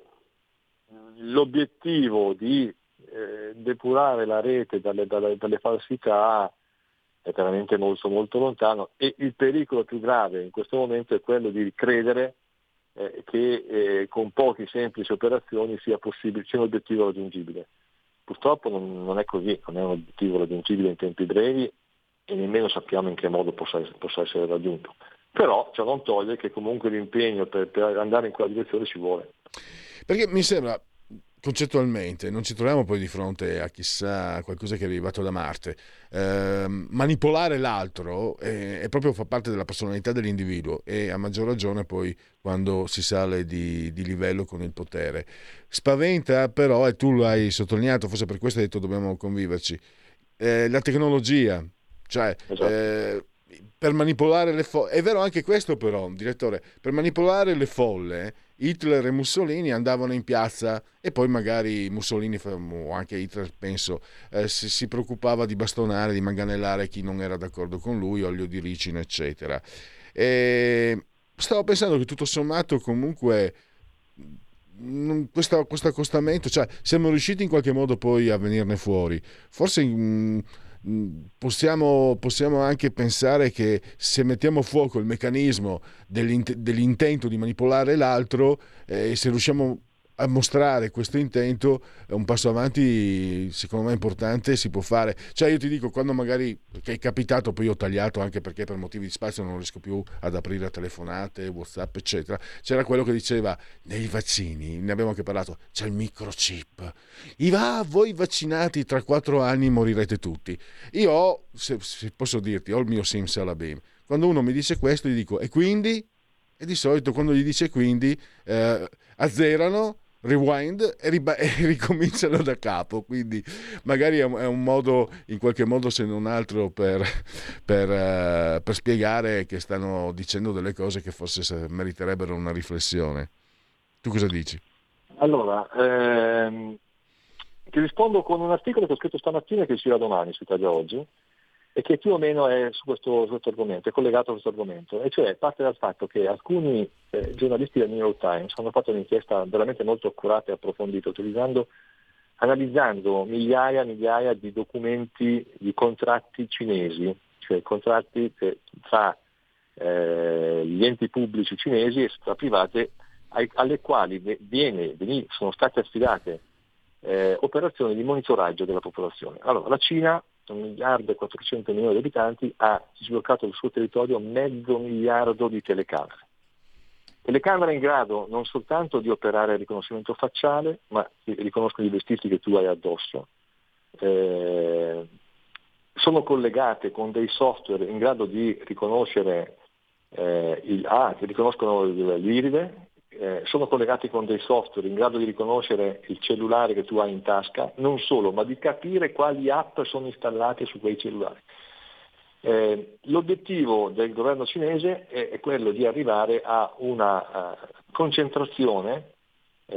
L'obiettivo di eh, depurare la rete dalle, dalle, dalle falsità è veramente molto molto lontano, e il pericolo più grave in questo momento è quello di credere eh, che eh, con poche semplici operazioni sia possibile, sia un obiettivo raggiungibile. Purtroppo non, non è così, non è un obiettivo raggiungibile in tempi brevi e nemmeno sappiamo in che modo possa, possa essere raggiunto. Però ciò non toglie che comunque l'impegno per, per andare in quella direzione ci vuole. Perché mi sembra, concettualmente, non ci troviamo poi di fronte a chissà qualcosa che è arrivato da Marte. Eh, manipolare l'altro è, è proprio fa parte della personalità dell'individuo, e a maggior ragione poi quando si sale di, di livello con il potere. Spaventa però, e tu l'hai sottolineato, forse per questo hai detto dobbiamo conviverci, eh, la tecnologia, cioè esatto. eh, per manipolare le folle. È vero anche questo, però, direttore, per manipolare le folle Hitler e Mussolini andavano in piazza, e poi magari Mussolini o anche Hitler, penso, eh, si, si preoccupava di bastonare, di manganellare chi non era d'accordo con lui, olio di ricino, eccetera. E stavo pensando che tutto sommato comunque questo, questo accostamento, cioè siamo riusciti in qualche modo poi a venirne fuori. Forse mh, Possiamo, possiamo anche pensare che se mettiamo a fuoco il meccanismo dell'int- dell'intento di manipolare l'altro, e eh, se riusciamo a mostrare questo intento, un passo avanti secondo me importante si può fare. Cioè io ti dico, quando magari, che è capitato, poi ho tagliato anche perché per motivi di spazio non riesco più ad aprire telefonate, WhatsApp eccetera, c'era quello che diceva nei vaccini, ne abbiamo anche parlato, c'è il microchip, I va, voi vaccinati tra quattro anni morirete tutti. Io ho, se, se posso dirti, ho il mio simsalabim. Quando uno mi dice questo gli dico e quindi? E di solito quando gli dice quindi eh, azzerano, rewind e, riba- e ricominciano da capo. Quindi magari è un, è un modo, in qualche modo se non altro, per, per, uh, per spiegare che stanno dicendo delle cose che forse meriterebbero una riflessione. Tu cosa dici? Allora, ehm, ti rispondo con un articolo che ho scritto stamattina, che uscirà domani su Italia Oggi, e che più o meno è su questo, su questo argomento, è collegato a questo argomento, e cioè parte dal fatto che alcuni eh, giornalisti del New York Times hanno fatto un'inchiesta veramente molto accurata e approfondita, utilizzando, analizzando migliaia e migliaia di documenti di contratti cinesi, cioè contratti eh, tra eh, gli enti pubblici cinesi e società private, ai, alle quali viene, sono state affidate eh, operazioni di monitoraggio della popolazione. Allora, la Cina, un miliardo e quattrocento milioni di abitanti, ha sbloccato sul suo territorio mezzo miliardo di telecamere. Telecamere in grado non soltanto di operare il riconoscimento facciale, ma riconoscono i vestiti che tu hai addosso. Eh, sono collegate con dei software in grado di riconoscere eh, il, ah, che riconoscono l'iride, eh, sono collegati con dei software in grado di riconoscere il cellulare che tu hai in tasca, non solo, ma di capire quali app sono installate su quei cellulari. Eh, l'obiettivo del governo cinese è, è quello di arrivare a una uh, concentrazione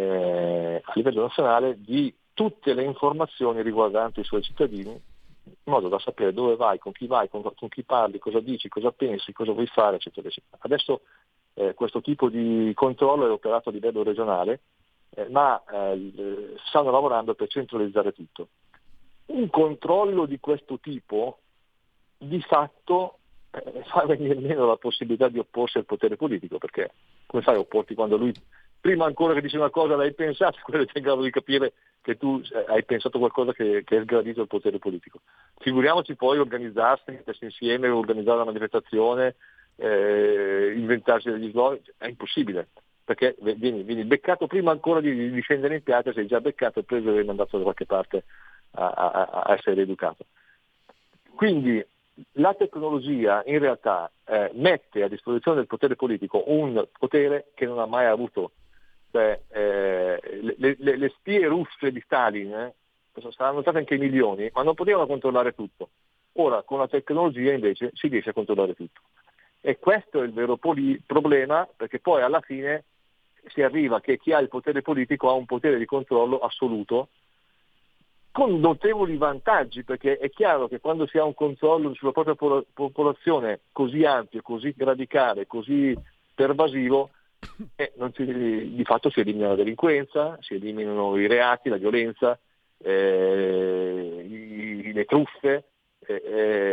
eh, a livello nazionale di tutte le informazioni riguardanti i suoi cittadini, modo da sapere dove vai, con chi vai, con, con chi parli, cosa dici, cosa pensi, cosa vuoi fare, eccetera, eccetera. Adesso eh, questo tipo di controllo è operato a livello regionale, eh, ma eh, stanno lavorando per centralizzare tutto. Un controllo di questo tipo di fatto eh, fa venire meno la possibilità di opporsi al potere politico, perché come fai a opporti quando lui prima ancora che dice una cosa l'hai pensata, quello è in grado di capire che tu hai pensato qualcosa che, che è sgradito al potere politico. Figuriamoci poi organizzarsi, mettersi insieme, organizzare una manifestazione, eh, inventarsi degli slogan, è impossibile, perché vieni, vieni beccato prima ancora di, di scendere in piazza, sei già beccato e preso e mandato da qualche parte a, a, a essere educato. Quindi la tecnologia in realtà eh, mette a disposizione del potere politico un potere che non ha mai avuto. Cioè, eh, le, le, le spie russe di Stalin eh, saranno state anche milioni, ma non potevano controllare tutto. Ora con la tecnologia invece si riesce a controllare tutto. E questo è il vero poli- problema, perché poi alla fine si arriva che chi ha il potere politico ha un potere di controllo assoluto, con notevoli vantaggi, perché è chiaro che quando si ha un controllo sulla propria po- popolazione così ampio, così radicale, così pervasivo, eh, non si, di fatto si elimina la delinquenza, si eliminano i reati, la violenza, eh, i, le truffe, eh,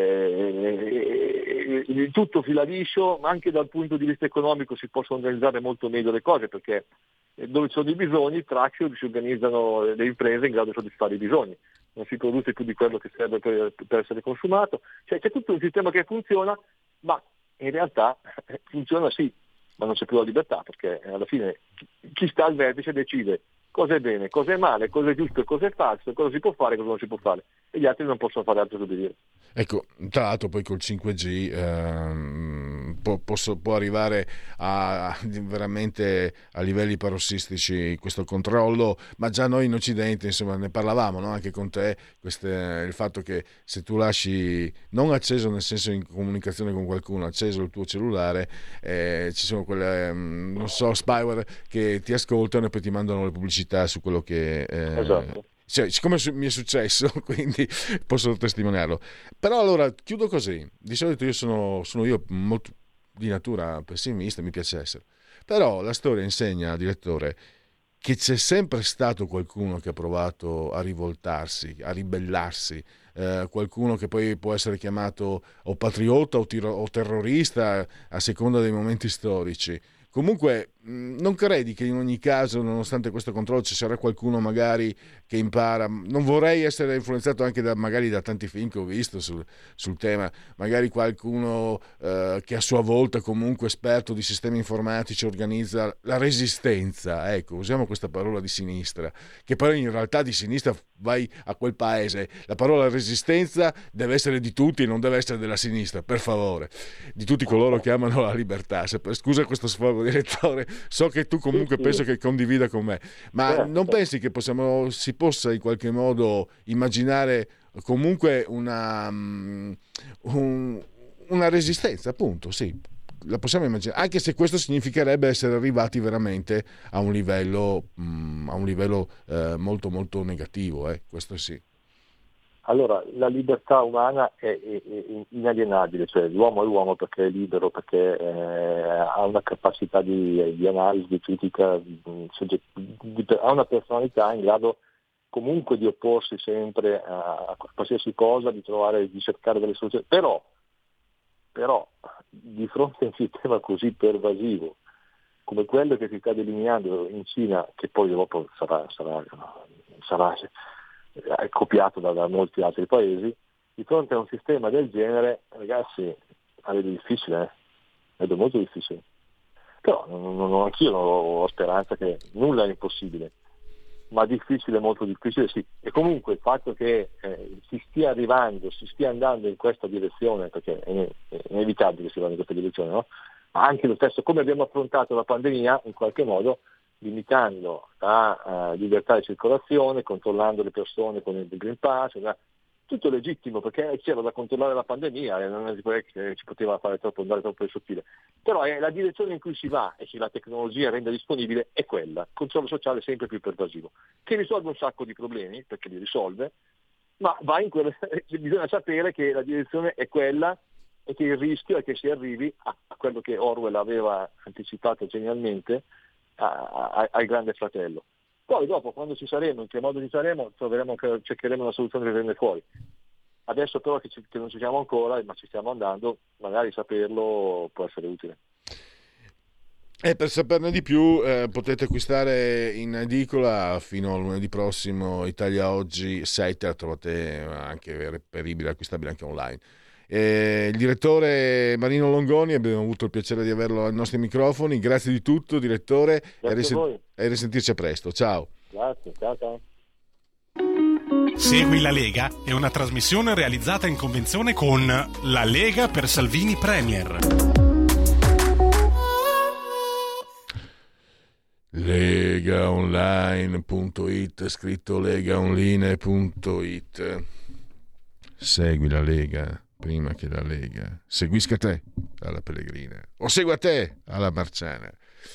eh, il tutto fila liscio, ma anche dal punto di vista economico si possono organizzare molto meglio le cose, perché dove ci sono i bisogni, traccio, si organizzano le imprese in grado di soddisfare i bisogni, non si produce più di quello che serve per, per essere consumato, cioè c'è tutto un sistema che funziona, ma in realtà funziona sì, ma non c'è più la libertà, perché alla fine chi sta al vertice decide cosa è bene, cosa è male, cosa è giusto e cosa è falso, cosa si può fare e cosa non si può fare, e gli altri non possono fare altro che obbedire. Ecco, tra l'altro poi col cinque G ehm, può, posso, può arrivare a, a veramente a livelli parossistici questo controllo, ma già noi in Occidente, insomma, ne parlavamo, no? Anche con te, queste, il fatto che se tu lasci non acceso, nel senso in comunicazione con qualcuno, acceso il tuo cellulare, eh, ci sono quelle, non so, spyware che ti ascoltano e poi ti mandano le pubblicità su quello che... Eh, esatto. Cioè, siccome mi è successo, quindi posso testimoniarlo. Però allora chiudo così. Di solito io sono, sono io molto di natura pessimista, mi piace essere. Però la storia insegna, direttore, che c'è sempre stato qualcuno che ha provato a rivoltarsi, a ribellarsi, eh, qualcuno che poi può essere chiamato o patriota o, tiro, o terrorista a seconda dei momenti storici. Comunque non credi che in ogni caso, nonostante questo controllo, ci sarà qualcuno magari che impara? Non vorrei essere influenzato anche da, magari da tanti film che ho visto sul, sul tema, magari qualcuno eh, che a sua volta comunque esperto di sistemi informatici organizza la resistenza, ecco, usiamo questa parola di sinistra, che poi in realtà di sinistra vai a quel paese, la parola resistenza deve essere di tutti e non deve essere della sinistra, per favore, di tutti coloro che amano la libertà. Scusa questo sfogo, direttore, so che tu comunque sì, penso sì. che condivida con me, ma certo. Non pensi che possiamo, si possa in qualche modo immaginare comunque una, um, un, una resistenza, appunto, sì, la possiamo immaginare, anche se questo significherebbe essere arrivati veramente a un livello, um, a un livello uh, molto molto negativo, eh? Questo sì. Allora, la libertà umana è, è, è inalienabile, cioè l'uomo è uomo perché è libero, perché eh, ha una capacità di, di analisi, di critica, di, di, ha una personalità in grado comunque di opporsi sempre a, a qualsiasi cosa, di trovare, di cercare delle soluzioni. Però, però di fronte a un sistema così pervasivo come quello che si sta delineando in Cina, che poi dopo sarà, sarà, sarà è copiato da, da molti altri paesi, di fronte a un sistema del genere, ragazzi, la vedo difficile, eh? vedo molto difficile. Però non, non, anch'io non ho speranza che nulla è impossibile, ma difficile, molto difficile sì. E comunque il fatto che eh, si stia arrivando, si stia andando in questa direzione, perché è, è inevitabile che si vada in questa direzione, no? Ma anche lo stesso, come abbiamo affrontato la pandemia, in qualche modo, limitando la uh, libertà di circolazione, controllando le persone con il Green Pass, una... tutto legittimo perché c'era da controllare la pandemia e non è che ci poteva fare troppo, andare troppo in sottile. Però è la direzione in cui si va e che la tecnologia rende disponibile è quella, controllo sociale sempre più pervasivo, che risolve un sacco di problemi, perché li risolve, ma va in quella, bisogna sapere che la direzione è quella e che il rischio è che si arrivi a, a quello che Orwell aveva anticipato genialmente, a, a, al Grande Fratello. Poi dopo, quando ci saremo, in che modo ci saremo, troveremo, cercheremo una soluzione per venire fuori. Adesso però che, ci, che non ci siamo ancora, ma ci stiamo andando, magari saperlo può essere utile. E per saperne di più eh, potete acquistare in edicola fino a lunedì prossimo Italia Oggi sette, la trovate anche reperibile, acquistabile anche online. Eh, il direttore Marino Longoni, abbiamo avuto il piacere di averlo ai nostri microfoni, grazie di tutto direttore, e, risen- e risentirci a presto, ciao. Grazie, ciao ciao. Segui la Lega è una trasmissione realizzata in convenzione con La Lega per Salvini Premier. legaonline punto it, scritto legaonline punto it. Segui la Lega prima che la Lega seguisca te alla Pellegrina o segua te alla Marciana.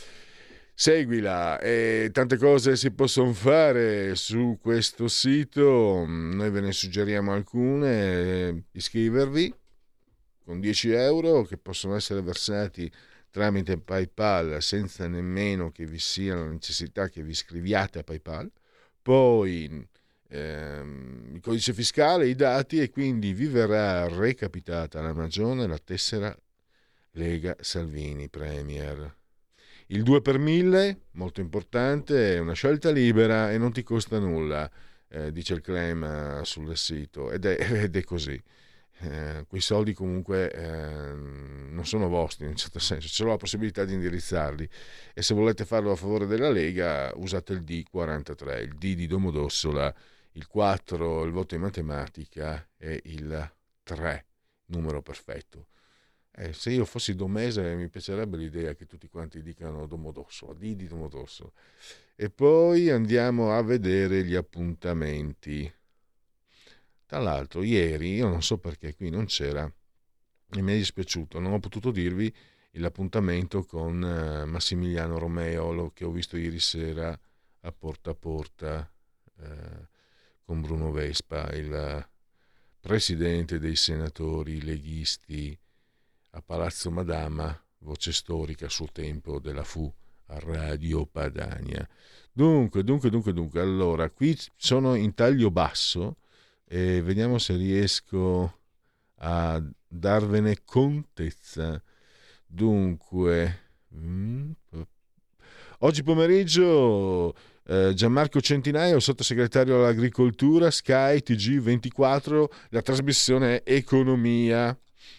Seguila, e tante cose si possono fare su questo sito, noi ve ne suggeriamo alcune. Iscrivervi con dieci euro che possono essere versati tramite PayPal senza nemmeno che vi sia la necessità che vi iscriviate a PayPal, poi ehm, il codice fiscale, i dati, e quindi vi verrà recapitata alla magione la tessera Lega Salvini Premier. Il due per mille, molto importante, è una scelta libera e non ti costa nulla, eh, dice il claim sul sito, ed è, ed è così. Eh, quei soldi comunque eh, non sono vostri in un certo senso, c'è la possibilità di indirizzarli, e se volete farlo a favore della Lega usate il D quarantatré, il D di Domodossola, il quattro il voto in matematica e il tre numero perfetto. Eh, se io fossi Domese mi piacerebbe l'idea che tutti quanti dicano Domodossola, D di Domodossola. E poi andiamo a vedere gli appuntamenti. Tra l'altro ieri, io non so perché qui non c'era, e mi è dispiaciuto, non ho potuto dirvi l'appuntamento con Massimiliano Romeo, che ho visto ieri sera a Porta a Porta eh, con Bruno Vespa, il presidente dei senatori leghisti a Palazzo Madama, voce storica a suo tempo della Fu a Radio Padania. Dunque, dunque, dunque, dunque, allora, qui sono in taglio basso, e vediamo se riesco a darvene contezza. Dunque, mm, oggi pomeriggio eh, Gianmarco Centinaio, sottosegretario all'agricoltura, Sky T G ventiquattro, la trasmissione Economia.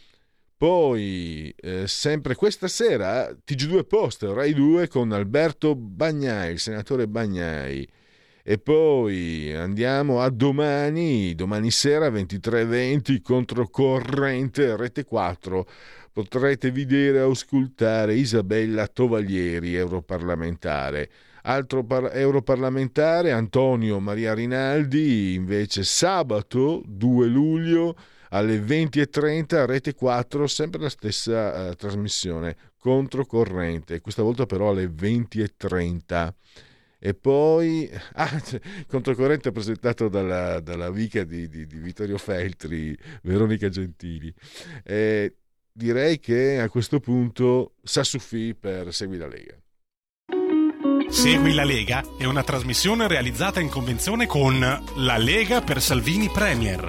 Poi eh, sempre questa sera T G due Post, Rai due, con Alberto Bagnai, il senatore Bagnai. E poi andiamo a domani, domani sera ventitré e venti, Controcorrente, Rete quattro. Potrete vedere e auscultare Isabella Tovaglieri, europarlamentare. Altro par- europarlamentare, Antonio Maria Rinaldi, invece sabato due luglio alle venti e trenta, Rete quattro, sempre la stessa uh, trasmissione, Controcorrente, questa volta però alle venti e trenta. E poi ah, Controcorrente presentato dalla, dalla amica di, di, di Vittorio Feltri, Veronica Gentili. E direi che a questo punto s'assuffì per Segui la Lega. Segui la Lega è una trasmissione realizzata in convenzione con La Lega per Salvini Premier.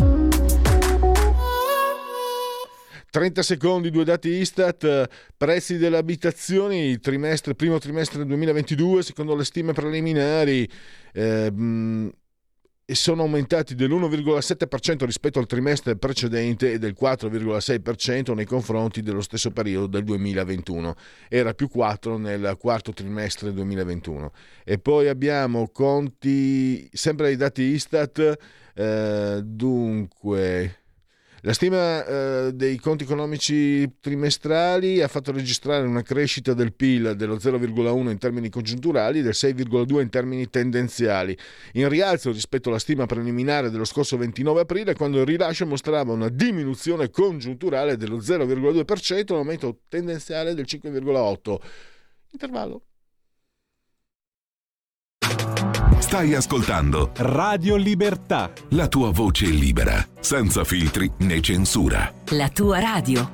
trenta secondi, due dati Istat, prezzi delle abitazioni, trimestre, primo trimestre duemilaventidue, secondo le stime preliminari, eh, e sono aumentati dell'uno virgola sette per cento rispetto al trimestre precedente e del quattro virgola sei per cento nei confronti dello stesso periodo del duemilaventuno. Era più quattro nel quarto trimestre duemilaventuno. E poi abbiamo conti, sempre ai dati Istat, eh, dunque... La stima eh, dei conti economici trimestrali ha fatto registrare una crescita del P I L dello zero virgola uno in termini congiunturali e del sei virgola due in termini tendenziali, in rialzo rispetto alla stima preliminare dello scorso ventinove aprile, quando il rilascio mostrava una diminuzione congiunturale dello zero virgola due per cento e un aumento tendenziale del cinque virgola otto per cento. Intervallo. Stai ascoltando Radio Libertà. La tua voce libera, senza filtri né censura. La tua radio.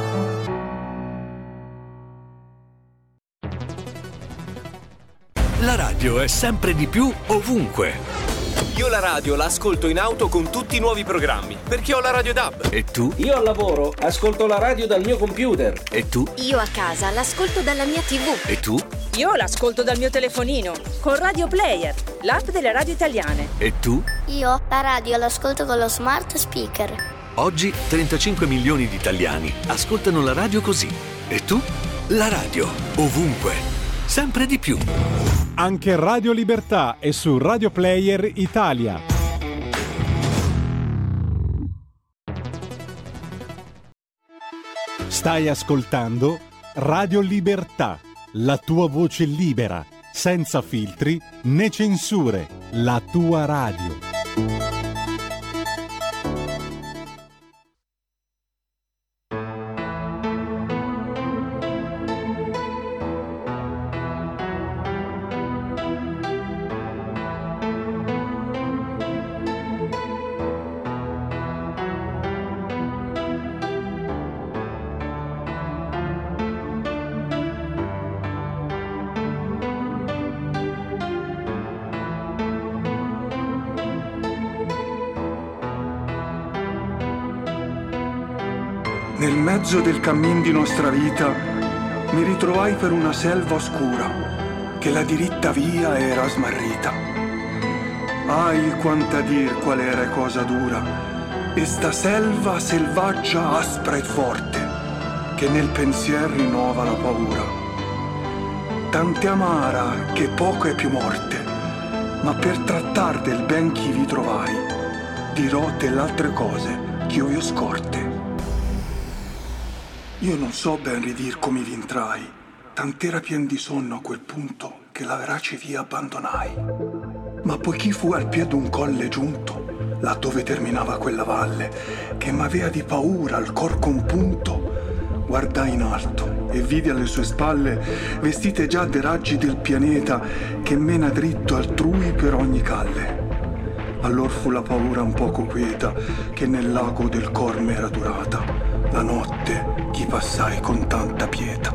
La radio è sempre di più ovunque. Io la radio la ascolto in auto con tutti i nuovi programmi, perché ho la Radio D A B. E tu? Io al lavoro ascolto la radio dal mio computer. E tu? Io a casa l'ascolto dalla mia tivù. E tu? Io l'ascolto dal mio telefonino, con Radio Player, l'app delle radio italiane. E tu? Io la radio l'ascolto con lo smart speaker. Oggi trentacinque milioni di italiani ascoltano la radio così. E tu? La radio, ovunque, sempre di più. Anche Radio Libertà è su Radio Player Italia. Stai ascoltando Radio Libertà, la tua voce libera, senza filtri né censure, la tua radio. Nel mezzo del cammin di nostra vita mi ritrovai per una selva oscura che la diritta via era smarrita. Ahi, quanta dir qual era cosa dura, e sta selva selvaggia, aspra e forte, che nel pensier rinnova la paura. Tante amara che poco è più morte, ma per trattar del ben chi vi trovai, dirò delle altre cose ch'io vi ho scorte. Io non so ben ridir come vi entrai, tant'era pien di sonno a quel punto che la verace via abbandonai. Ma poiché fu al piede un colle giunto, là dove terminava quella valle, che m'avea di paura al cor compunto, guardai in alto e vidi alle sue spalle, vestite già de raggi del pianeta, che mena dritto altrui per ogni calle. Allor fu la paura un poco quieta, che nel lago del cor m'era durata. La notte chi passai con tanta pietà.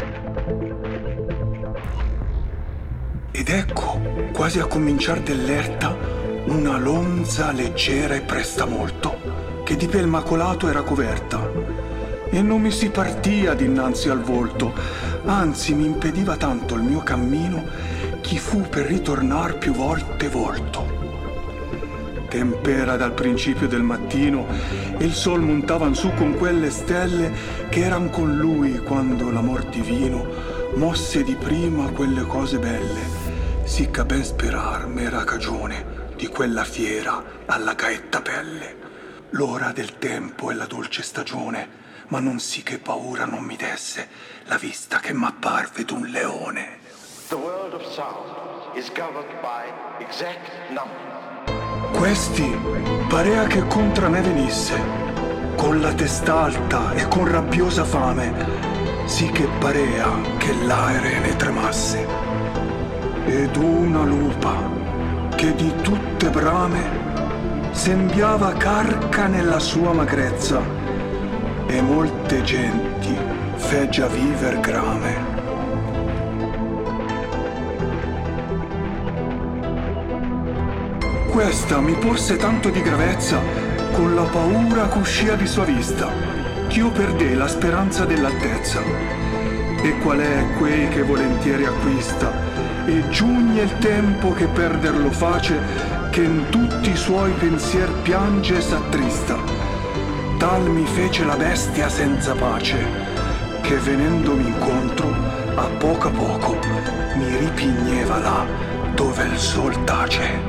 Ed ecco, quasi a cominciar dell'erta, una lonza leggera e presta molto, che di pel macolato era coverta, e non mi si partia dinanzi al volto, anzi mi impediva tanto il mio cammino, chi fu per ritornar più volte volto. Tempera dal principio del mattino e il sol montavan su con quelle stelle che eran con lui quando l'amor divino mosse di prima quelle cose belle, sicché ben sperar m'era cagione di quella fiera alla gaetta pelle. L'ora del tempo e la dolce stagione, ma non sì che paura non mi desse la vista che m'apparve d'un leone. The world of sound is governed by exact numbers. Questi parea che contra me venisse, con la testa alta e con rabbiosa fame, sì che parea che l'aere ne tremasse. Ed una lupa che di tutte brame sembiava carca nella sua magrezza, e molte genti fe già viver grame. Questa mi porse tanto di gravezza, con la paura c'uscia di sua vista, ch'io perdei la speranza dell'altezza. E qual è quei che volentieri acquista, e giugne il tempo che perderlo face, che in tutti i suoi pensier piange e s'attrista. Tal mi fece la bestia senza pace, che venendomi incontro, a poco a poco, mi ripigneva là dove il sol tace.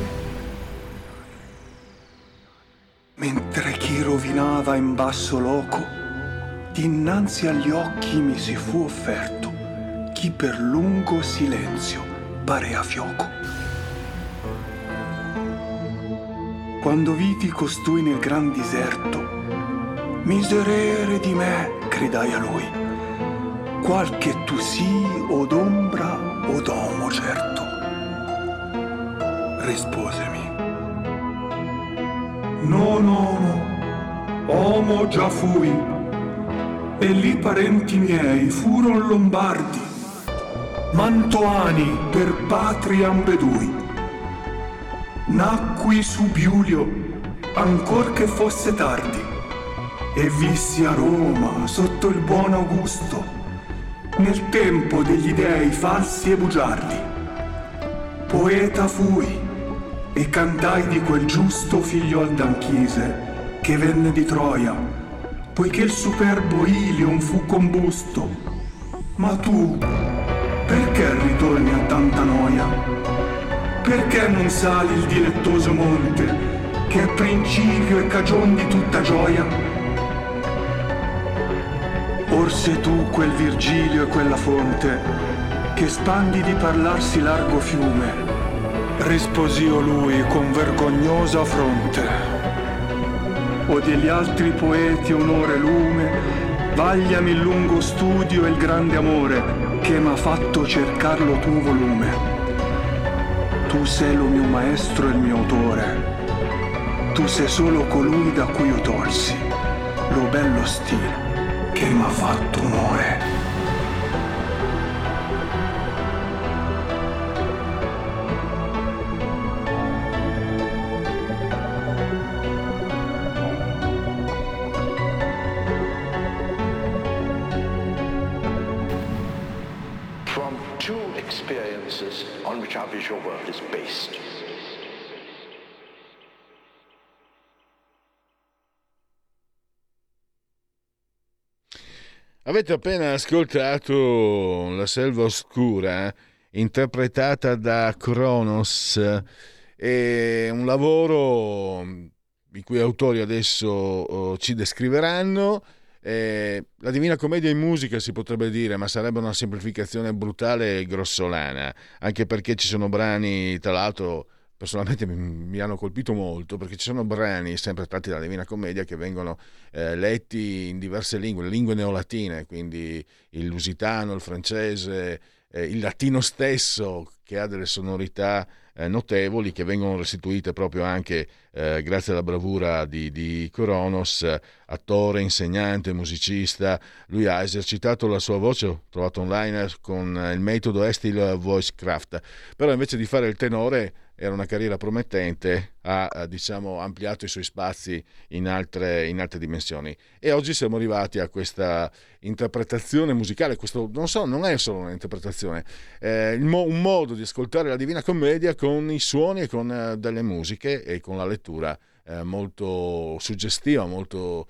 Mentre chi rovinava in basso loco, dinanzi agli occhi mi si fu offerto chi per lungo silenzio parea fioco. Quando vidi costui nel gran diserto, miserere di me, gridai a lui, qualche tu sii od ombra od uomo certo. risposemi. Non homo, homo già fui, e lì parenti miei furon lombardi, mantoani per patria ambedui. Nacqui su Biulio, ancor che fosse tardi, e vissi a Roma sotto il buon Augusto, nel tempo degli dei falsi e bugiardi. Poeta fui e cantai di quel giusto figliol d'Anchise che venne di Troia, poiché il superbo Ilion fu combusto. Ma tu, perché ritorni a tanta noia? Perché non sali il dilettoso monte, che è principio e cagion di tutta gioia? Or sei tu quel Virgilio e quella fonte, che spandi di parlarsi largo fiume. Risposio lui con vergognosa fronte. O degli altri poeti onore e lume, vagliami il lungo studio e il grande amore, che m'ha fatto cercar lo tuo volume. Tu sei lo mio maestro e il mio autore, tu sei solo colui da cui io tolsi lo bello stile che m'ha fatto onore. From two experiences on which our visual world is based. Avete appena ascoltato La Selva Oscura, interpretata da Cronos, è un lavoro i cui autori adesso oh, ci descriveranno. Eh, la Divina Commedia in musica si potrebbe dire, ma sarebbe una semplificazione brutale e grossolana, anche perché ci sono brani, tra l'altro personalmente mi, mi hanno colpito molto, perché ci sono brani sempre tratti dalla Divina Commedia che vengono eh, letti in diverse lingue, le lingue neolatine, quindi il lusitano, il francese, eh, il latino stesso, che ha delle sonorità eh, notevoli, che vengono restituite proprio anche eh, grazie alla bravura di, di Cronos, attore, insegnante, musicista. Lui ha esercitato la sua voce, ho trovato online, con il metodo Estil Voicecraft, però invece di fare il tenore, era una carriera promettente, ha diciamo ampliato i suoi spazi in altre, in altre dimensioni, e oggi siamo arrivati a questa interpretazione musicale. Questo non so, non è solo un'interpretazione, è un modo di ascoltare la Divina Commedia con i suoni e con uh, delle musiche e con la lettura uh, molto suggestiva, molto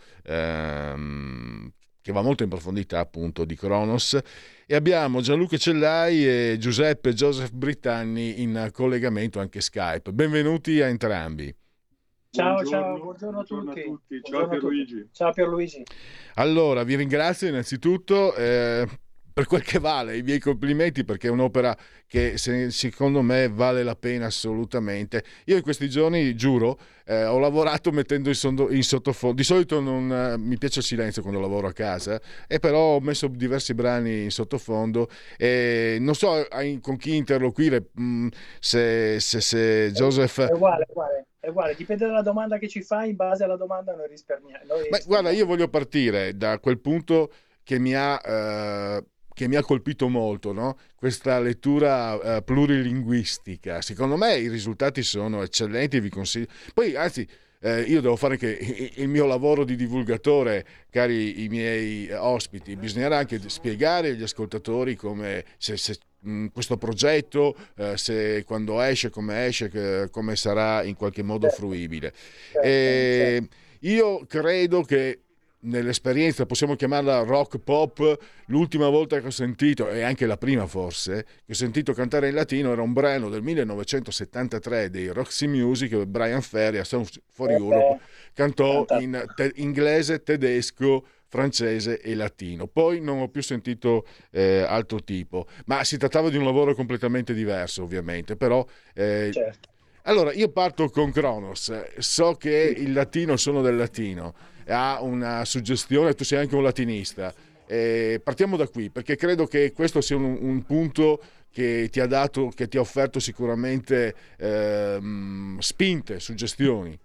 ehm, che va molto in profondità, appunto, di Cronos. E abbiamo Gianluca Cellai e Giuseppe Joseph Britanni in collegamento anche Skype. Benvenuti a entrambi. Ciao, buongiorno, ciao, buongiorno a tutti. Buongiorno a tutti. Ciao Pierluigi. Ciao Pierluigi. Allora, vi ringrazio innanzitutto eh, per quel che vale, i miei complimenti, perché è un'opera che se, secondo me vale la pena assolutamente. Io in questi giorni, giuro, eh, ho lavorato mettendo in, sondo, in sottofondo. Di solito non eh, mi piace il silenzio quando lavoro a casa, e però ho messo diversi brani in sottofondo e non so con chi interloquire, mh, se, se, se Joseph... È uguale, è uguale. È uguale, dipende dalla domanda che ci fai, in base alla domanda noi risparmiamo. Noi Beh, guarda, io voglio partire da quel punto che mi ha... Eh, che mi ha colpito molto, no? Questa lettura uh, plurilinguistica. Secondo me i risultati sono eccellenti, vi consiglio. Poi, anzi, eh, io devo fare anche il mio lavoro di divulgatore, cari i miei ospiti. Bisognerà anche spiegare agli ascoltatori come se, se mh, questo progetto, eh, se quando esce, come esce, che, come sarà in qualche modo fruibile. E io credo che nell'esperienza, possiamo chiamarla rock pop, l'ultima volta che ho sentito, e anche la prima forse, che ho sentito cantare in latino era un brano del millenovecentosettantatré dei Roxy Music. Brian Ferry a Sound for Europe cantò in te- inglese, tedesco, francese e latino. Poi non ho più sentito eh, altro tipo, ma si trattava di un lavoro completamente diverso, ovviamente, però eh, certo. Allora io parto con Cronos. So che il latino, sono del latino, ha una suggestione, tu sei anche un latinista, eh, partiamo da qui, perché credo che questo sia un, un punto che ti ha dato, che ti ha offerto sicuramente ehm, spinte, suggestioni.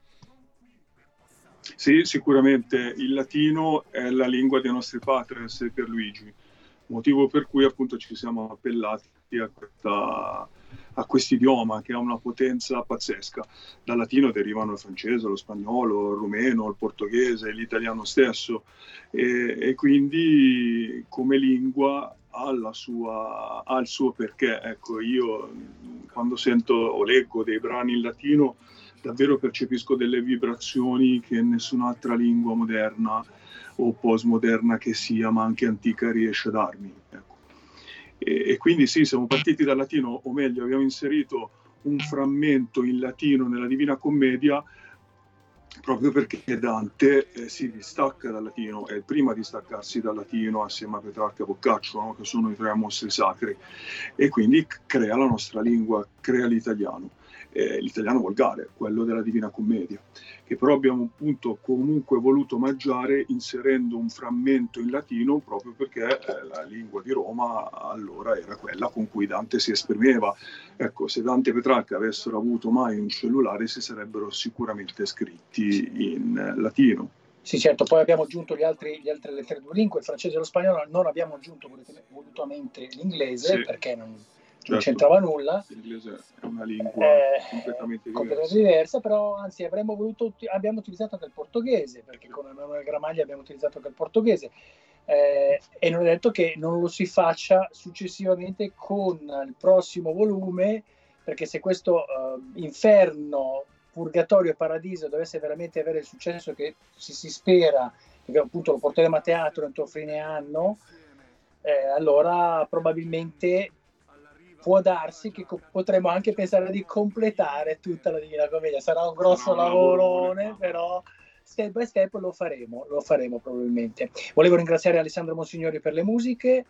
Sì, sicuramente il latino è la lingua dei nostri patres e Pierluigi, motivo per cui appunto ci siamo appellati a questa a quest'idioma che ha una potenza pazzesca. Dal latino derivano il francese, lo spagnolo, il rumeno, il portoghese, l'italiano stesso, e, e quindi come lingua ha, la sua, ha il suo perché. Ecco, io quando sento o leggo dei brani in latino davvero percepisco delle vibrazioni che nessun'altra lingua moderna o postmoderna che sia, ma anche antica, riesce a darmi. Ecco. E, e quindi sì, siamo partiti dal latino, o meglio, abbiamo inserito un frammento in latino nella Divina Commedia, proprio perché Dante eh, si distacca dal latino, è il primo a distaccarsi dal latino assieme a Petrarca e Boccaccio, no? Che sono i tre mostri sacri, e quindi crea la nostra lingua, crea l'italiano. Eh, l'italiano volgare, quello della Divina Commedia, che però abbiamo appunto comunque voluto mangiare inserendo un frammento in latino, proprio perché eh, la lingua di Roma allora era quella con cui Dante si esprimeva. Ecco, se Dante e Petrarca avessero avuto mai un cellulare si sarebbero sicuramente scritti in latino. Sì, certo, poi abbiamo aggiunto gli altri, gli altre lettere due lingue, il francese e lo spagnolo, non abbiamo aggiunto volutamente l'inglese, sì, perché non... non c'entrava nulla. L'inglese è una lingua eh, completamente diversa. completamente diversa, però anzi avremmo voluto, abbiamo utilizzato anche il portoghese, perché con Emanuele Gramaglia abbiamo utilizzato anche il portoghese, eh, e non è detto che non lo si faccia successivamente con il prossimo volume, perché se questo eh, inferno, purgatorio e paradiso dovesse veramente avere il successo che si, si spera, perché appunto lo porteremo a teatro entro fine anno, eh, allora probabilmente può darsi che co- potremo anche pensare di completare tutta la Divina Commedia. Sarà un grosso no, lavorone, no. Però step by step lo faremo, lo faremo probabilmente. Volevo ringraziare Alessandro Monsignori per le musiche,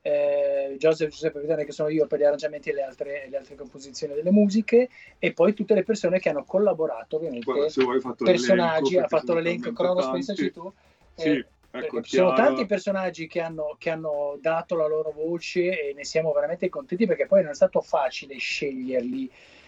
eh, Joseph Giuseppe Vidane, che sono io, per gli arrangiamenti e le altre, le altre composizioni delle musiche, e poi tutte le persone che hanno collaborato, ovviamente. Guarda, se vuoi, fatto personaggi, ha fatto l'elenco, Cronos, pensaci tu. Sì. Eh, Ecco, ci sono tanti personaggi che hanno, che hanno dato la loro voce e ne siamo veramente contenti, perché poi non è stato facile sceglierli,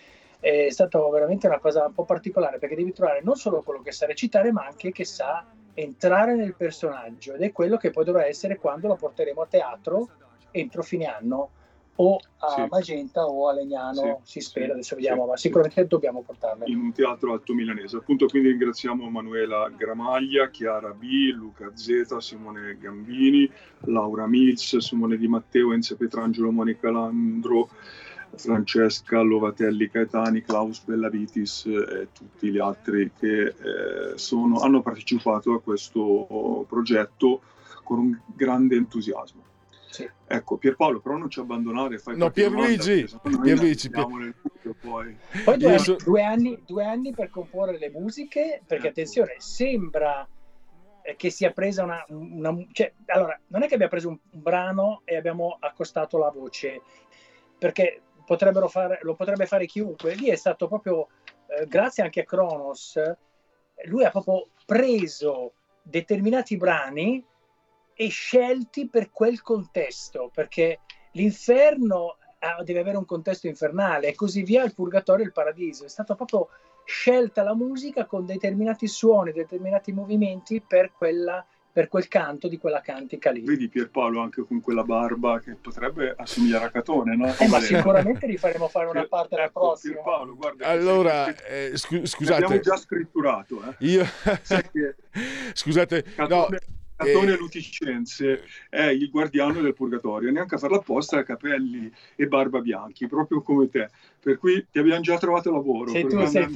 è stata veramente una cosa un po' particolare, perché devi trovare non solo quello che sa recitare, ma anche che sa entrare nel personaggio, ed è quello che poi dovrà essere quando lo porteremo a teatro entro fine anno, o a sì. Magenta o a Legnano, sì, si spera, sì, adesso vediamo, sì, ma sicuramente sì. dobbiamo portarlo in un teatro alto milanese. Appunto, quindi ringraziamo Manuela Gramaglia, Chiara B, Luca Z, Simone Gambini, Laura Mills, Simone Di Matteo, Enze Petrangelo, Monica Landro, Francesca Lovatelli Caetani, Klaus Bellavitis e tutti gli altri che eh, sono, hanno partecipato a questo progetto con un grande entusiasmo. Sì. Ecco, Pierpaolo, però non ci abbandonare, fai no, Pierluigi, domanda, Pierluigi, Pier... nel buio, poi, poi due, anni, due, anni, due anni per comporre le musiche, perché ecco. Attenzione, sembra che sia presa una, una cioè, allora, non è che abbia preso un, un brano e abbiamo accostato la voce, perché potrebbero fare, lo potrebbe fare chiunque. Lì è stato proprio eh, grazie anche a Cronos, lui ha proprio preso determinati brani e scelti per quel contesto, perché l'inferno ah, deve avere un contesto infernale, e così via, il purgatorio e il paradiso. È stata proprio scelta la musica con determinati suoni, determinati movimenti per quella, per quel canto di quella cantica lì. Vedi Pierpaolo anche con quella barba che potrebbe assomigliare a Catone, no? Eh, ma sicuramente gli faremo fare una parte alla ecco, prossima. Pierpaolo, guarda, allora, eh, scu- scusate, abbiamo già scritturato. Eh? Io... che... Scusate, Catone... no... Catone eh... Luticense è il guardiano del purgatorio, neanche a farla apposta, ha capelli e barba bianchi, proprio come te, per cui ti abbiamo già trovato lavoro. Sei tu, sei tu.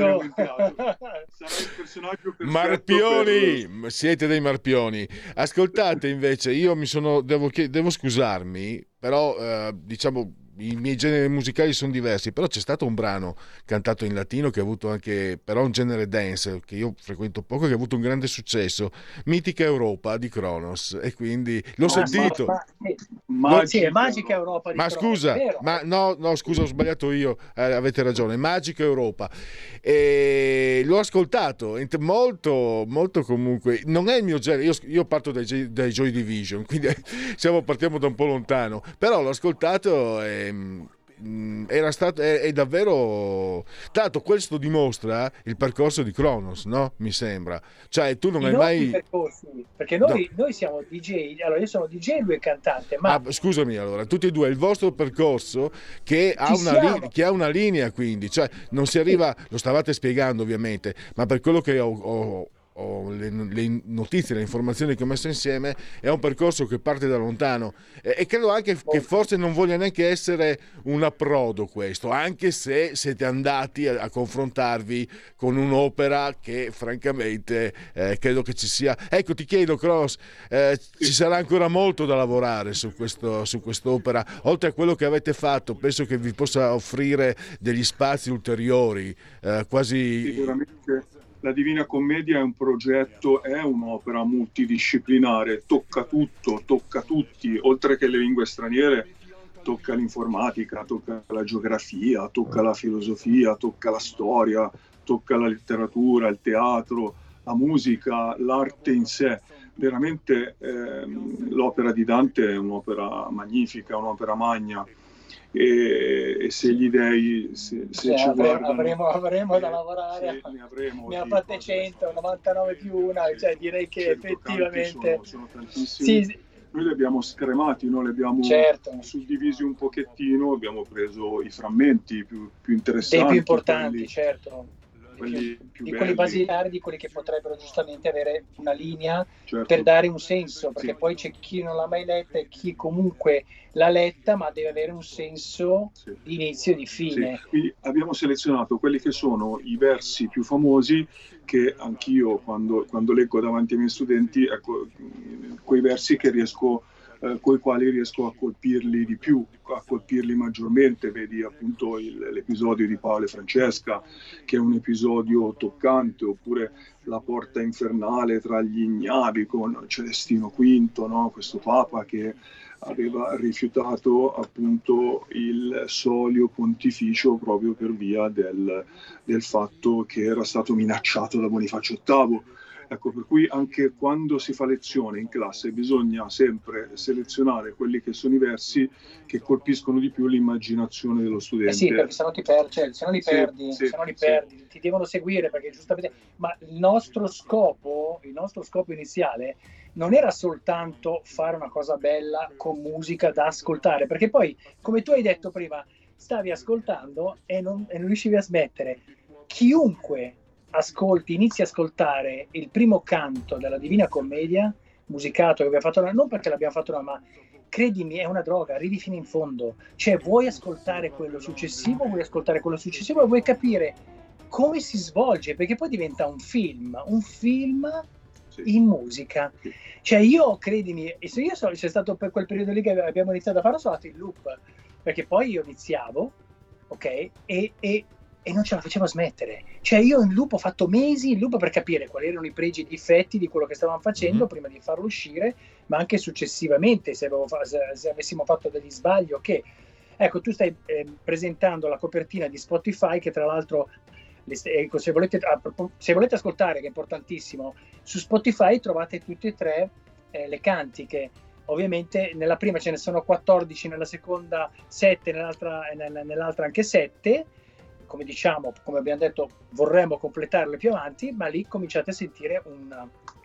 Sarai il personaggio perfetto. Marpioni, per... siete dei marpioni. Ascoltate, invece, io mi sono devo, devo scusarmi, però eh, diciamo i miei generi musicali sono diversi, però c'è stato un brano cantato in latino che ha avuto anche però un genere dance che io frequento poco, che ha avuto un grande successo, Mitica Europa di Cronos, e quindi l'ho ah, sentito ma, ma, ma, sì, è Magica Europa di ma Cronos, scusa ma no no scusa ho sbagliato io, eh, avete ragione, Magica Europa, e l'ho ascoltato molto molto, comunque non è il mio genere, io, io parto dai, dai Joy Division, quindi siamo, partiamo da un po' lontano, però l'ho ascoltato e mh, era stato è, è davvero tanto. Questo dimostra il percorso di Cronos, no? Mi sembra, cioè tu non I hai mai percorsi, perché noi, no. noi siamo D J, allora io sono D J e lui è cantante, ma ah, scusami, allora tutti e due il vostro percorso che ha, una li- che ha una linea, quindi cioè non si arriva, lo stavate spiegando ovviamente, ma per quello che ho, ho o le, le notizie, le informazioni che ho messo insieme, è un percorso che parte da lontano e, e credo anche che forse non voglia neanche essere un approdo questo, anche se siete andati a, a confrontarvi con un'opera che francamente eh, credo che ci sia. Ecco, ti chiedo Cronos, eh, ci sarà ancora molto da lavorare su, questo, su quest'opera, oltre a quello che avete fatto, penso che vi possa offrire degli spazi ulteriori, eh, quasi... Sicuramente. La Divina Commedia è un progetto, è un'opera multidisciplinare, tocca tutto, tocca tutti, oltre che le lingue straniere, tocca l'informatica, tocca la geografia, tocca la filosofia, tocca la storia, tocca la letteratura, il teatro, la musica, l'arte in sé. Veramente ehm, l'opera di Dante è un'opera magnifica, un'opera magna. E, e se gli dei se, se cioè, ci avremo, guardano avremo, avremo eh, da lavorare, ne, avremo ne ha fatte cento, novantanove più una, cioè direi che effettivamente sono, sono tantissimi. Sì, noi li abbiamo scremati, noi li abbiamo certo. suddivisi un pochettino, abbiamo preso i frammenti più, più interessanti, dei più importanti, quelli, certo, quelli più di belli. Quelli basilari, di quelli che potrebbero giustamente avere una linea, certo. per dare un senso, perché sì. poi c'è chi non l'ha mai letta e chi comunque l'ha letta, ma deve avere un senso sì. di inizio e di fine. Sì. Quindi abbiamo selezionato quelli che sono i versi più famosi, che anch'io quando, quando leggo davanti ai miei studenti, ecco, quei versi che riesco Eh, coi quali riesco a colpirli di più, a colpirli maggiormente. Vedi appunto il, l'episodio di Paolo e Francesca, che è un episodio toccante, oppure la porta infernale tra gli ignavi con Celestino quinto, no? Questo papa che aveva rifiutato appunto il solio pontificio proprio per via del, del fatto che era stato minacciato da Bonifacio ottavo. Ecco, per cui anche quando si fa lezione in classe bisogna sempre selezionare quelli che sono i versi che colpiscono di più l'immaginazione dello studente. Eh sì, perché se no ti perdi, cioè, se no li sì, perdi, sì, se no li sì. perdi, ti devono seguire, perché giustamente, ma il nostro scopo, il nostro scopo iniziale non era soltanto fare una cosa bella con musica da ascoltare, perché poi, come tu hai detto prima, stavi ascoltando e non, e non riuscivi a smettere. Chiunque ascolti, inizi a ascoltare il primo canto della Divina Commedia musicato che abbiamo fatto, non perché l'abbiamo fatto noi, ma credimi, è una droga, arrivi fino in fondo, cioè vuoi ascoltare quello successivo, vuoi ascoltare quello successivo e vuoi capire come si svolge, perché poi diventa un film, un film sì. in musica. Sì. Cioè io, credimi, e se io so, c'è stato per quel periodo lì che abbiamo iniziato a fare, sono stato in loop, perché poi io iniziavo, ok, e, e e non ce la facevo smettere, cioè io in loop ho fatto mesi in loop per capire quali erano i pregi e i difetti di quello che stavamo facendo mm-hmm. prima di farlo uscire, ma anche successivamente se, avevo fa- se, se avessimo fatto degli sbagli, ok. Ecco, tu stai eh, presentando la copertina di Spotify, che tra l'altro ecco, se, volete, se volete ascoltare, che è importantissimo, su Spotify trovate tutte e tre eh, le cantiche. Ovviamente nella prima ce ne sono quattordici, nella seconda sette, nell'altra, nell'altra anche sette. Come diciamo, come abbiamo detto, vorremmo completarle più avanti, ma lì cominciate a sentire un,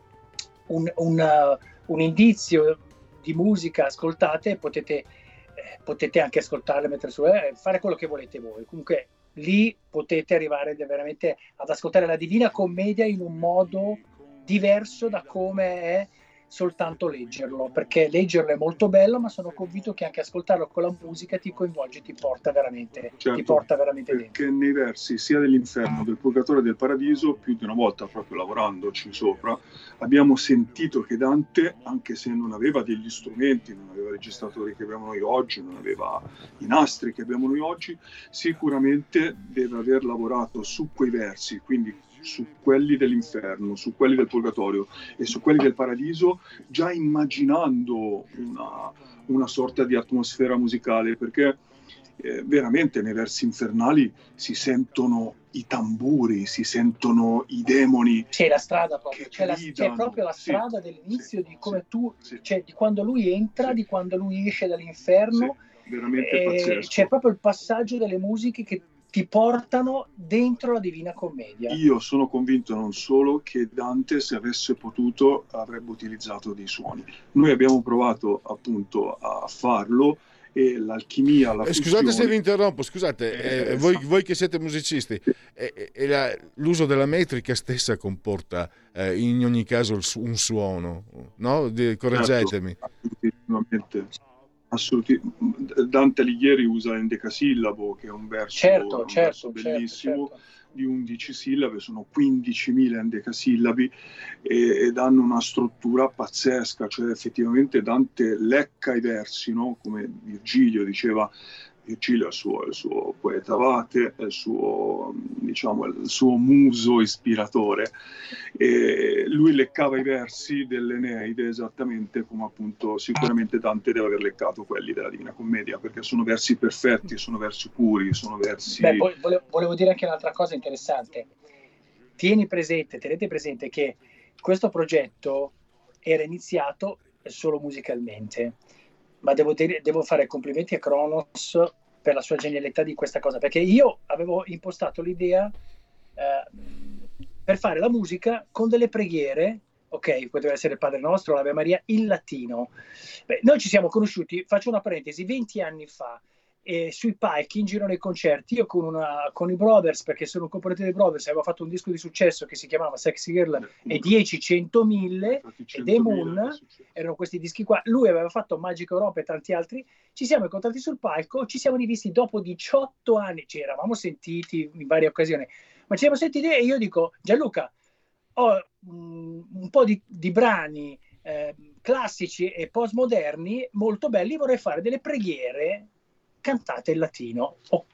un, un, un indizio di musica, ascoltate e potete, eh, potete anche ascoltarle, mettere su, eh, fare quello che volete voi. Comunque lì potete arrivare veramente ad ascoltare la Divina Commedia in un modo diverso da come è soltanto leggerlo, perché leggerlo è molto bello, ma sono convinto che anche ascoltarlo con la musica ti coinvolge, ti porta veramente, certo, ti porta veramente perché dentro. Nei versi sia dell'inferno, del purgatorio e del paradiso, più di una volta proprio lavorandoci sopra, abbiamo sentito che Dante, anche se non aveva degli strumenti, non aveva registratori che abbiamo noi oggi, non aveva i nastri che abbiamo noi oggi, sicuramente deve aver lavorato su quei versi, quindi su quelli dell'inferno, su quelli del purgatorio e su quelli del paradiso, già immaginando una, una sorta di atmosfera musicale, perché eh, veramente nei versi infernali si sentono i tamburi, si sentono i demoni. C'è la strada proprio, c'è, la, c'è proprio la strada sì, dell'inizio sì, di come sì, tu, sì. Cioè di quando lui entra, sì. di quando lui esce dall'inferno. Sì. veramente eh, pazzesco. C'è proprio il passaggio delle musiche che ti portano dentro la Divina Commedia. Io sono convinto non solo che Dante, se avesse potuto, avrebbe utilizzato dei suoni. Noi abbiamo provato appunto a farlo e l'alchimia, la eh, scusate se vi interrompo, scusate, eh, voi, voi che siete musicisti, eh, eh, la, l'uso della metrica stessa comporta eh, in ogni caso il, un suono, no? De, correggetemi. Certo, assolutamente. Dante Alighieri usa l'endecasillabo, che è un verso, certo, un certo, verso bellissimo, certo, certo. di undici sillabe, sono quindicimila endecasillabi e, e danno una struttura pazzesca, cioè effettivamente Dante lecca i versi, no? Come Virgilio diceva. Virgilio è il suo, il suo poeta abate, è il suo, diciamo, il suo muso ispiratore, e lui leccava i versi dell'Eneide esattamente come appunto sicuramente Dante deve aver leccato quelli della Divina Commedia, perché sono versi perfetti, sono versi puri, sono versi... Beh, volevo, volevo dire anche un'altra cosa interessante. Tieni presente, tenete presente che questo progetto era iniziato solo musicalmente, ma devo, dire, devo fare complimenti a Cronos per la sua genialità di questa cosa, perché io avevo impostato l'idea eh, per fare la musica con delle preghiere, ok, poteva essere il Padre Nostro, l'Ave Maria, in latino. Beh, noi ci siamo conosciuti, faccio una parentesi, venti anni fa, e sui palchi, in giro nei concerti, io con, una, con i Brothers, perché sono un componente dei Brothers, avevo fatto un disco di successo che si chiamava Sexy Girl e dieci, cento, mille e The Moon, erano questi dischi qua, lui aveva fatto Magic Europa e tanti altri, ci siamo incontrati sul palco, ci siamo rivisti dopo diciotto anni, ci eravamo sentiti in varie occasioni, ma ci siamo sentiti e io dico, Gianluca, ho um, un po' di, di brani eh, classici e postmoderni molto belli, vorrei fare delle preghiere cantate in latino. Oh,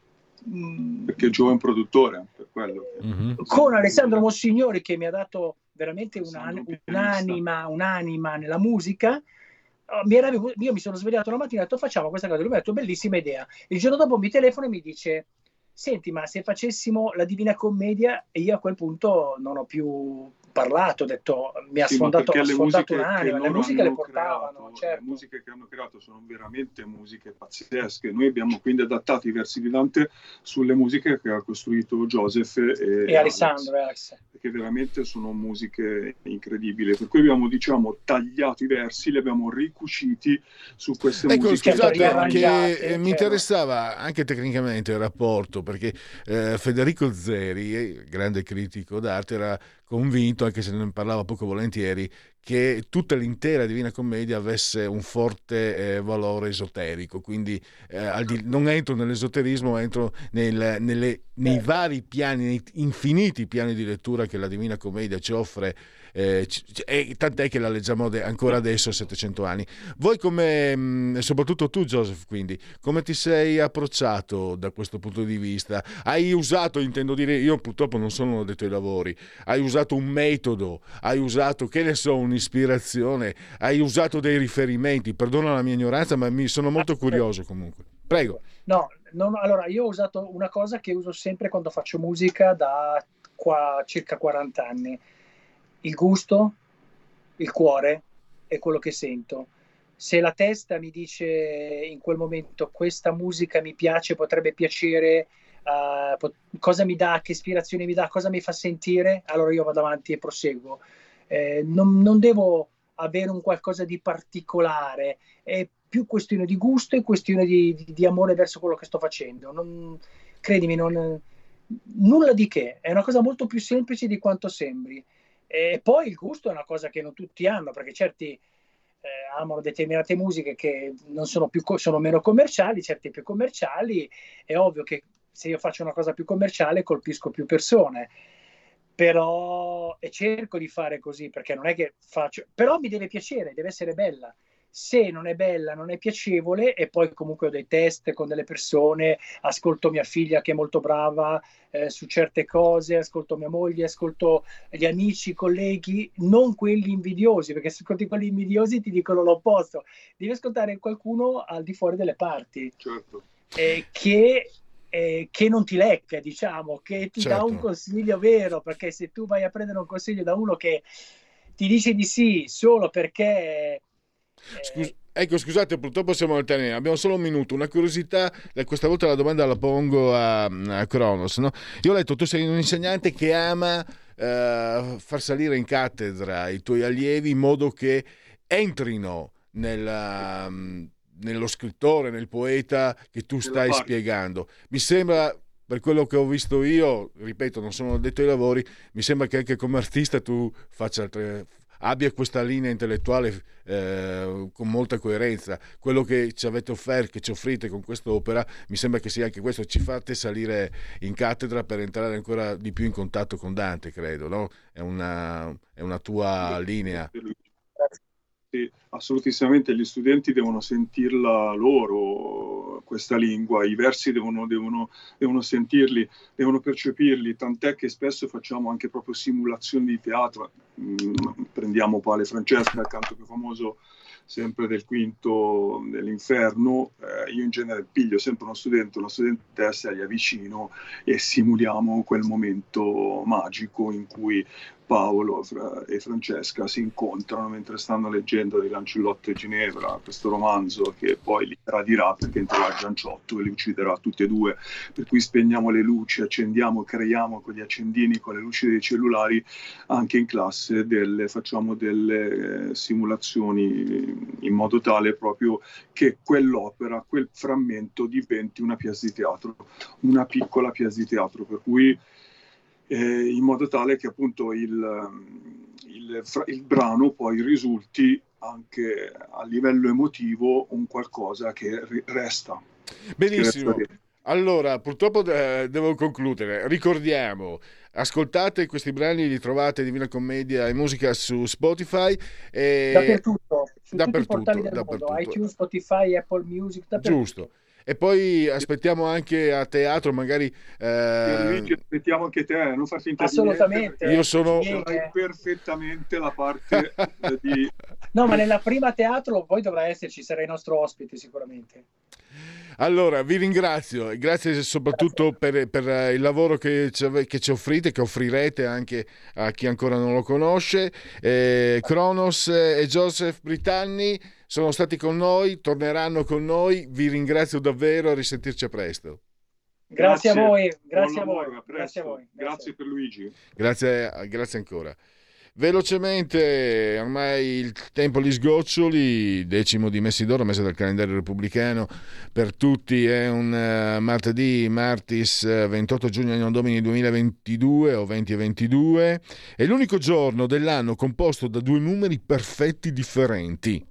mm, perché Gio è un produttore, per quello. Mm-hmm. Con Alessandro Mossignori che mi ha dato veramente una, un'anima, un'anima nella musica. Oh, mi era, io mi sono svegliato la mattina e ho detto facciamo questa cosa, lui mi ha detto bellissima idea. Il giorno dopo mi telefono e mi dice senti, ma se facessimo la Divina Commedia, e io a quel punto non ho più parlato, ho detto mi ha sì, sfondato, le sfondato musiche un'anima, le musiche le portavano, creato, certo. Le musiche che hanno creato sono veramente musiche pazzesche. Noi abbiamo quindi adattato i versi di Dante sulle musiche che ha costruito Joseph e, e Alessandro Alex, perché veramente sono musiche incredibili, per cui abbiamo diciamo tagliato i versi, li abbiamo ricuciti su queste ecco, musiche. scusate, che certo. mi interessava anche tecnicamente il rapporto, perché eh, Federico Zeri, grande critico d'arte, era convinto, anche se ne parlava poco volentieri, che tutta l'intera Divina Commedia avesse un forte eh, valore esoterico, quindi eh, al di, non entro nell'esoterismo, entro nel, nelle, nei vari piani, nei infiniti piani di lettura che la Divina Commedia ci offre, eh, c- e tant'è che la leggiamo de- ancora adesso a settecento anni. Voi come, mh, soprattutto tu Joseph, quindi, come ti sei approcciato da questo punto di vista? Hai usato, intendo dire, io purtroppo non sono addetto ai lavori, hai usato un metodo, hai usato, che ne so, un'ispirazione, hai usato dei riferimenti, perdona la mia ignoranza, ma mi sono molto curioso comunque. Prego. No, non, allora io ho usato una cosa che uso sempre quando faccio musica da qua circa quaranta anni. Il gusto, il cuore e quello che sento. Se la testa mi dice in quel momento questa musica mi piace, potrebbe piacere, uh, pot- cosa mi dà, che ispirazione mi dà, cosa mi fa sentire, allora io vado avanti e proseguo. Eh, non, non devo avere un qualcosa di particolare, è più questione di gusto e questione di, di, di amore verso quello che sto facendo. Non, credimi, non, nulla di che, è una cosa molto più semplice di quanto sembri. E poi il gusto è una cosa che non tutti hanno, perché certi eh, amano determinate musiche che non sono più sono meno commerciali, certi più commerciali. È ovvio che se io faccio una cosa più commerciale colpisco più persone, però e cerco di fare così, perché non è che faccio, però mi deve piacere, deve essere bella. Se non è bella, non è piacevole, e poi comunque ho dei test con delle persone, ascolto mia figlia che è molto brava eh, su certe cose, ascolto mia moglie, ascolto gli amici, i colleghi, non quelli invidiosi, perché se ascolti quelli invidiosi ti dicono l'opposto. Devi ascoltare qualcuno al di fuori delle parti, certo. eh, che, eh, che non ti lecca, diciamo, che ti certo. dà un consiglio vero, perché se tu vai a prendere un consiglio da uno che ti dice di sì solo perché... Scusa, Ecco, scusate, purtroppo siamo al termine, abbiamo solo un minuto. Una curiosità, questa volta la domanda la pongo a, a Cronos, no? Io ho letto, tu sei un insegnante che ama eh, far salire in cattedra i tuoi allievi in modo che entrino nella, nello scrittore, nel poeta che tu stai spiegando. Mi sembra, per quello che ho visto io, ripeto, non sono addetto ai lavori, mi sembra che anche come artista tu faccia altre, abbia questa linea intellettuale eh, con molta coerenza. Quello che ci avete offerto, che ci offrite con quest'opera, mi sembra che sia anche questo, ci fate salire in cattedra per entrare ancora di più in contatto con Dante, credo, no? È una, è una tua linea. Sì, assolutissimamente, gli studenti devono sentirla loro, questa lingua, i versi devono, devono, devono sentirli, devono percepirli, tant'è che spesso facciamo anche proprio simulazioni di teatro. Mm, prendiamo Pale Francesca, il canto più famoso sempre del quinto dell'Inferno, eh, io in genere piglio sempre uno studente, una studentessa, gli avvicino e simuliamo quel momento magico in cui Paolo e Francesca si incontrano mentre stanno leggendo di Lancillotto e Ginevra, questo romanzo che poi li tradirà perché entrerà Gianciotto e li ucciderà tutti e due, per cui spegniamo le luci, accendiamo, creiamo con gli accendini, con le luci dei cellulari anche in classe, delle, facciamo delle simulazioni in modo tale proprio che quell'opera, quel frammento diventi una pièce di teatro, una piccola pièce di teatro, per cui Eh, in modo tale che appunto il, il, il brano poi risulti anche a livello emotivo un qualcosa che ri- resta. Benissimo. Che resta. Allora, purtroppo eh, devo concludere. Ricordiamo, ascoltate questi brani, li trovate Divina Commedia e Musica su Spotify. E... Dappertutto, su dappertutto, tutti i portali del dappertutto. mondo, iTunes, Spotify, Apple Music, dappertutto. Giusto. E poi aspettiamo anche a teatro, magari. Eh... Luigi, aspettiamo anche te, non far finta Assolutamente. di niente. Io sono. Sai perfettamente la parte di. No, ma nella prima teatro poi dovrà esserci, sarà il nostro ospite sicuramente. Allora, vi ringrazio, grazie soprattutto per, per il lavoro che ci, che ci offrite, che offrirete anche a chi ancora non lo conosce. Eh, Cronos e Joseph Britanni sono stati con noi, torneranno con noi, vi ringrazio davvero, a risentirci a presto. Grazie, grazie a voi, grazie Buon a voi, lavoro, a grazie a voi. Grazie. grazie per Luigi. Grazie, grazie ancora. Velocemente, ormai il tempo gli sgoccioli, decimo di Messidoro, mese del calendario repubblicano, per tutti è un uh, martedì, martis uh, ventotto giugno anno domini duemilaventidue o venti ventidue, è l'unico giorno dell'anno composto da due numeri perfetti differenti.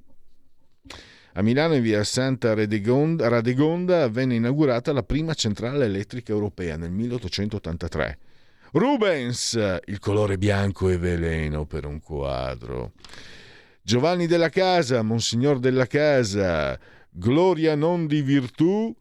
A Milano, in via Santa Radegonda, Radegonda, venne inaugurata la prima centrale elettrica europea nel milleottocentottantatré. Rubens, il colore bianco e veleno per un quadro. Giovanni della Casa, Monsignor della Casa, gloria non di virtù,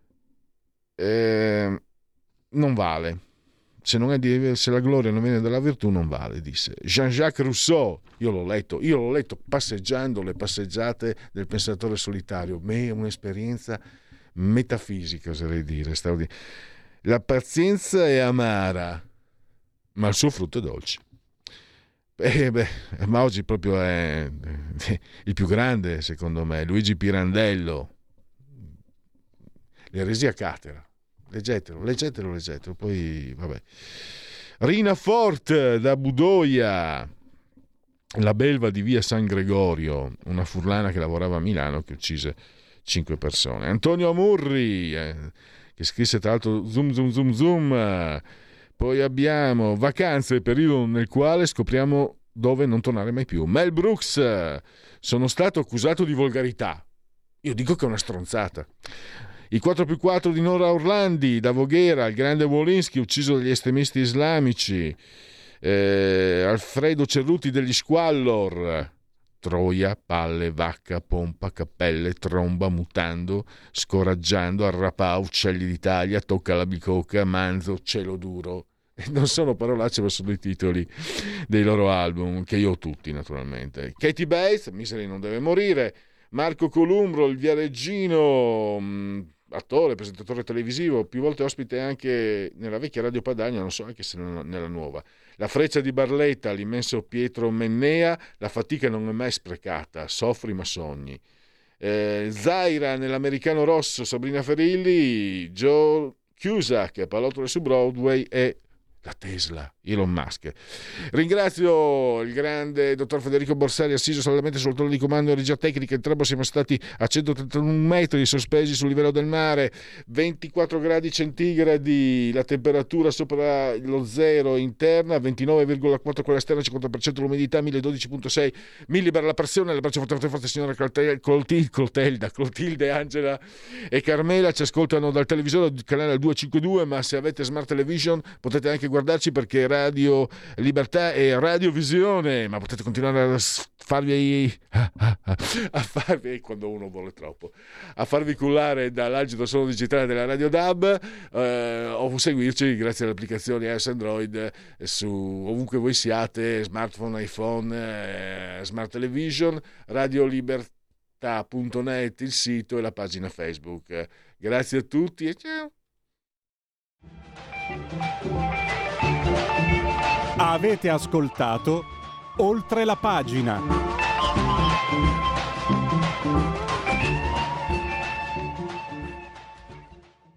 eh, non vale. Se, non è di, se la gloria non viene dalla virtù non vale, disse Jean-Jacques Rousseau. Io l'ho letto, io l'ho letto passeggiando le passeggiate del pensatore solitario. Me è un'esperienza metafisica, oserei dire. La pazienza è amara, ma il suo frutto è dolce. Eh, beh, ma oggi proprio è il più grande, secondo me, Luigi Pirandello. L'eresia catera. Leggetelo, leggetelo, leggetelo. Poi, vabbè. Rina Fort da Budoia, la belva di via San Gregorio, una furlana che lavorava a Milano che uccise cinque persone. Antonio Amurri, eh, che scrisse tra l'altro Zoom Zoom Zoom Zoom. Poi abbiamo Vacanze, periodo nel quale scopriamo dove non tornare mai più. Mel Brooks, sono stato accusato di volgarità. Io dico che è una stronzata. I quattro più quattro di Nora Orlandi, da Voghera, il grande Wolinski ucciso dagli estremisti islamici. Eh, Alfredo Cerruti degli Squallor. Troia, palle, vacca, pompa, cappelle, tromba, mutando, scoraggiando, arrapà, uccelli d'Italia, tocca la bicocca, manzo, cielo duro. Non sono parolacce, ma sono i titoli dei loro album, che io ho tutti naturalmente. Katie Bates, Misery non deve morire. Marco Columbro, il viareggino, mh, attore, presentatore televisivo, più volte ospite anche nella vecchia Radio Padania, non so anche se nella nuova. La Freccia di Barletta, l'immenso Pietro Mennea, la fatica non è mai sprecata, soffri ma sogni. eh, Zaira nell'Americano Rosso, Sabrina Ferilli, Joe Cusack, pallottole su Broadway e la Tesla, Elon Musk. Ringrazio il grande dottor Federico Borsari, assiso saldamente sul trono di comando in regia tecnica. Entrambi siamo stati a centotrentuno metri sospesi sul livello del mare, ventiquattro gradi centigradi la temperatura sopra lo zero interna, ventinove virgola quattro quella esterna, cinquanta per cento l'umidità, mille dodici virgola sei millibar la pressione. L'abbraccio forte forte signora Clotilde, Clotilde, Clotilde, Angela e Carmela. Ci ascoltano dal televisore, canale duecentocinquantadue, ma se avete Smart Television potete anche guardarci, perché Radio Libertà e Radiovisione, ma potete continuare a farvi a farvi quando uno vuole troppo a farvi cullare dall'algido suono digitale della Radio D A B, eh, o seguirci grazie alle applicazioni iOS Android su ovunque voi siate, smartphone, iPhone, eh, Smart Television, Radio Libertà punto net il sito e la pagina Facebook. Grazie a tutti e ciao. Avete ascoltato Oltre la pagina.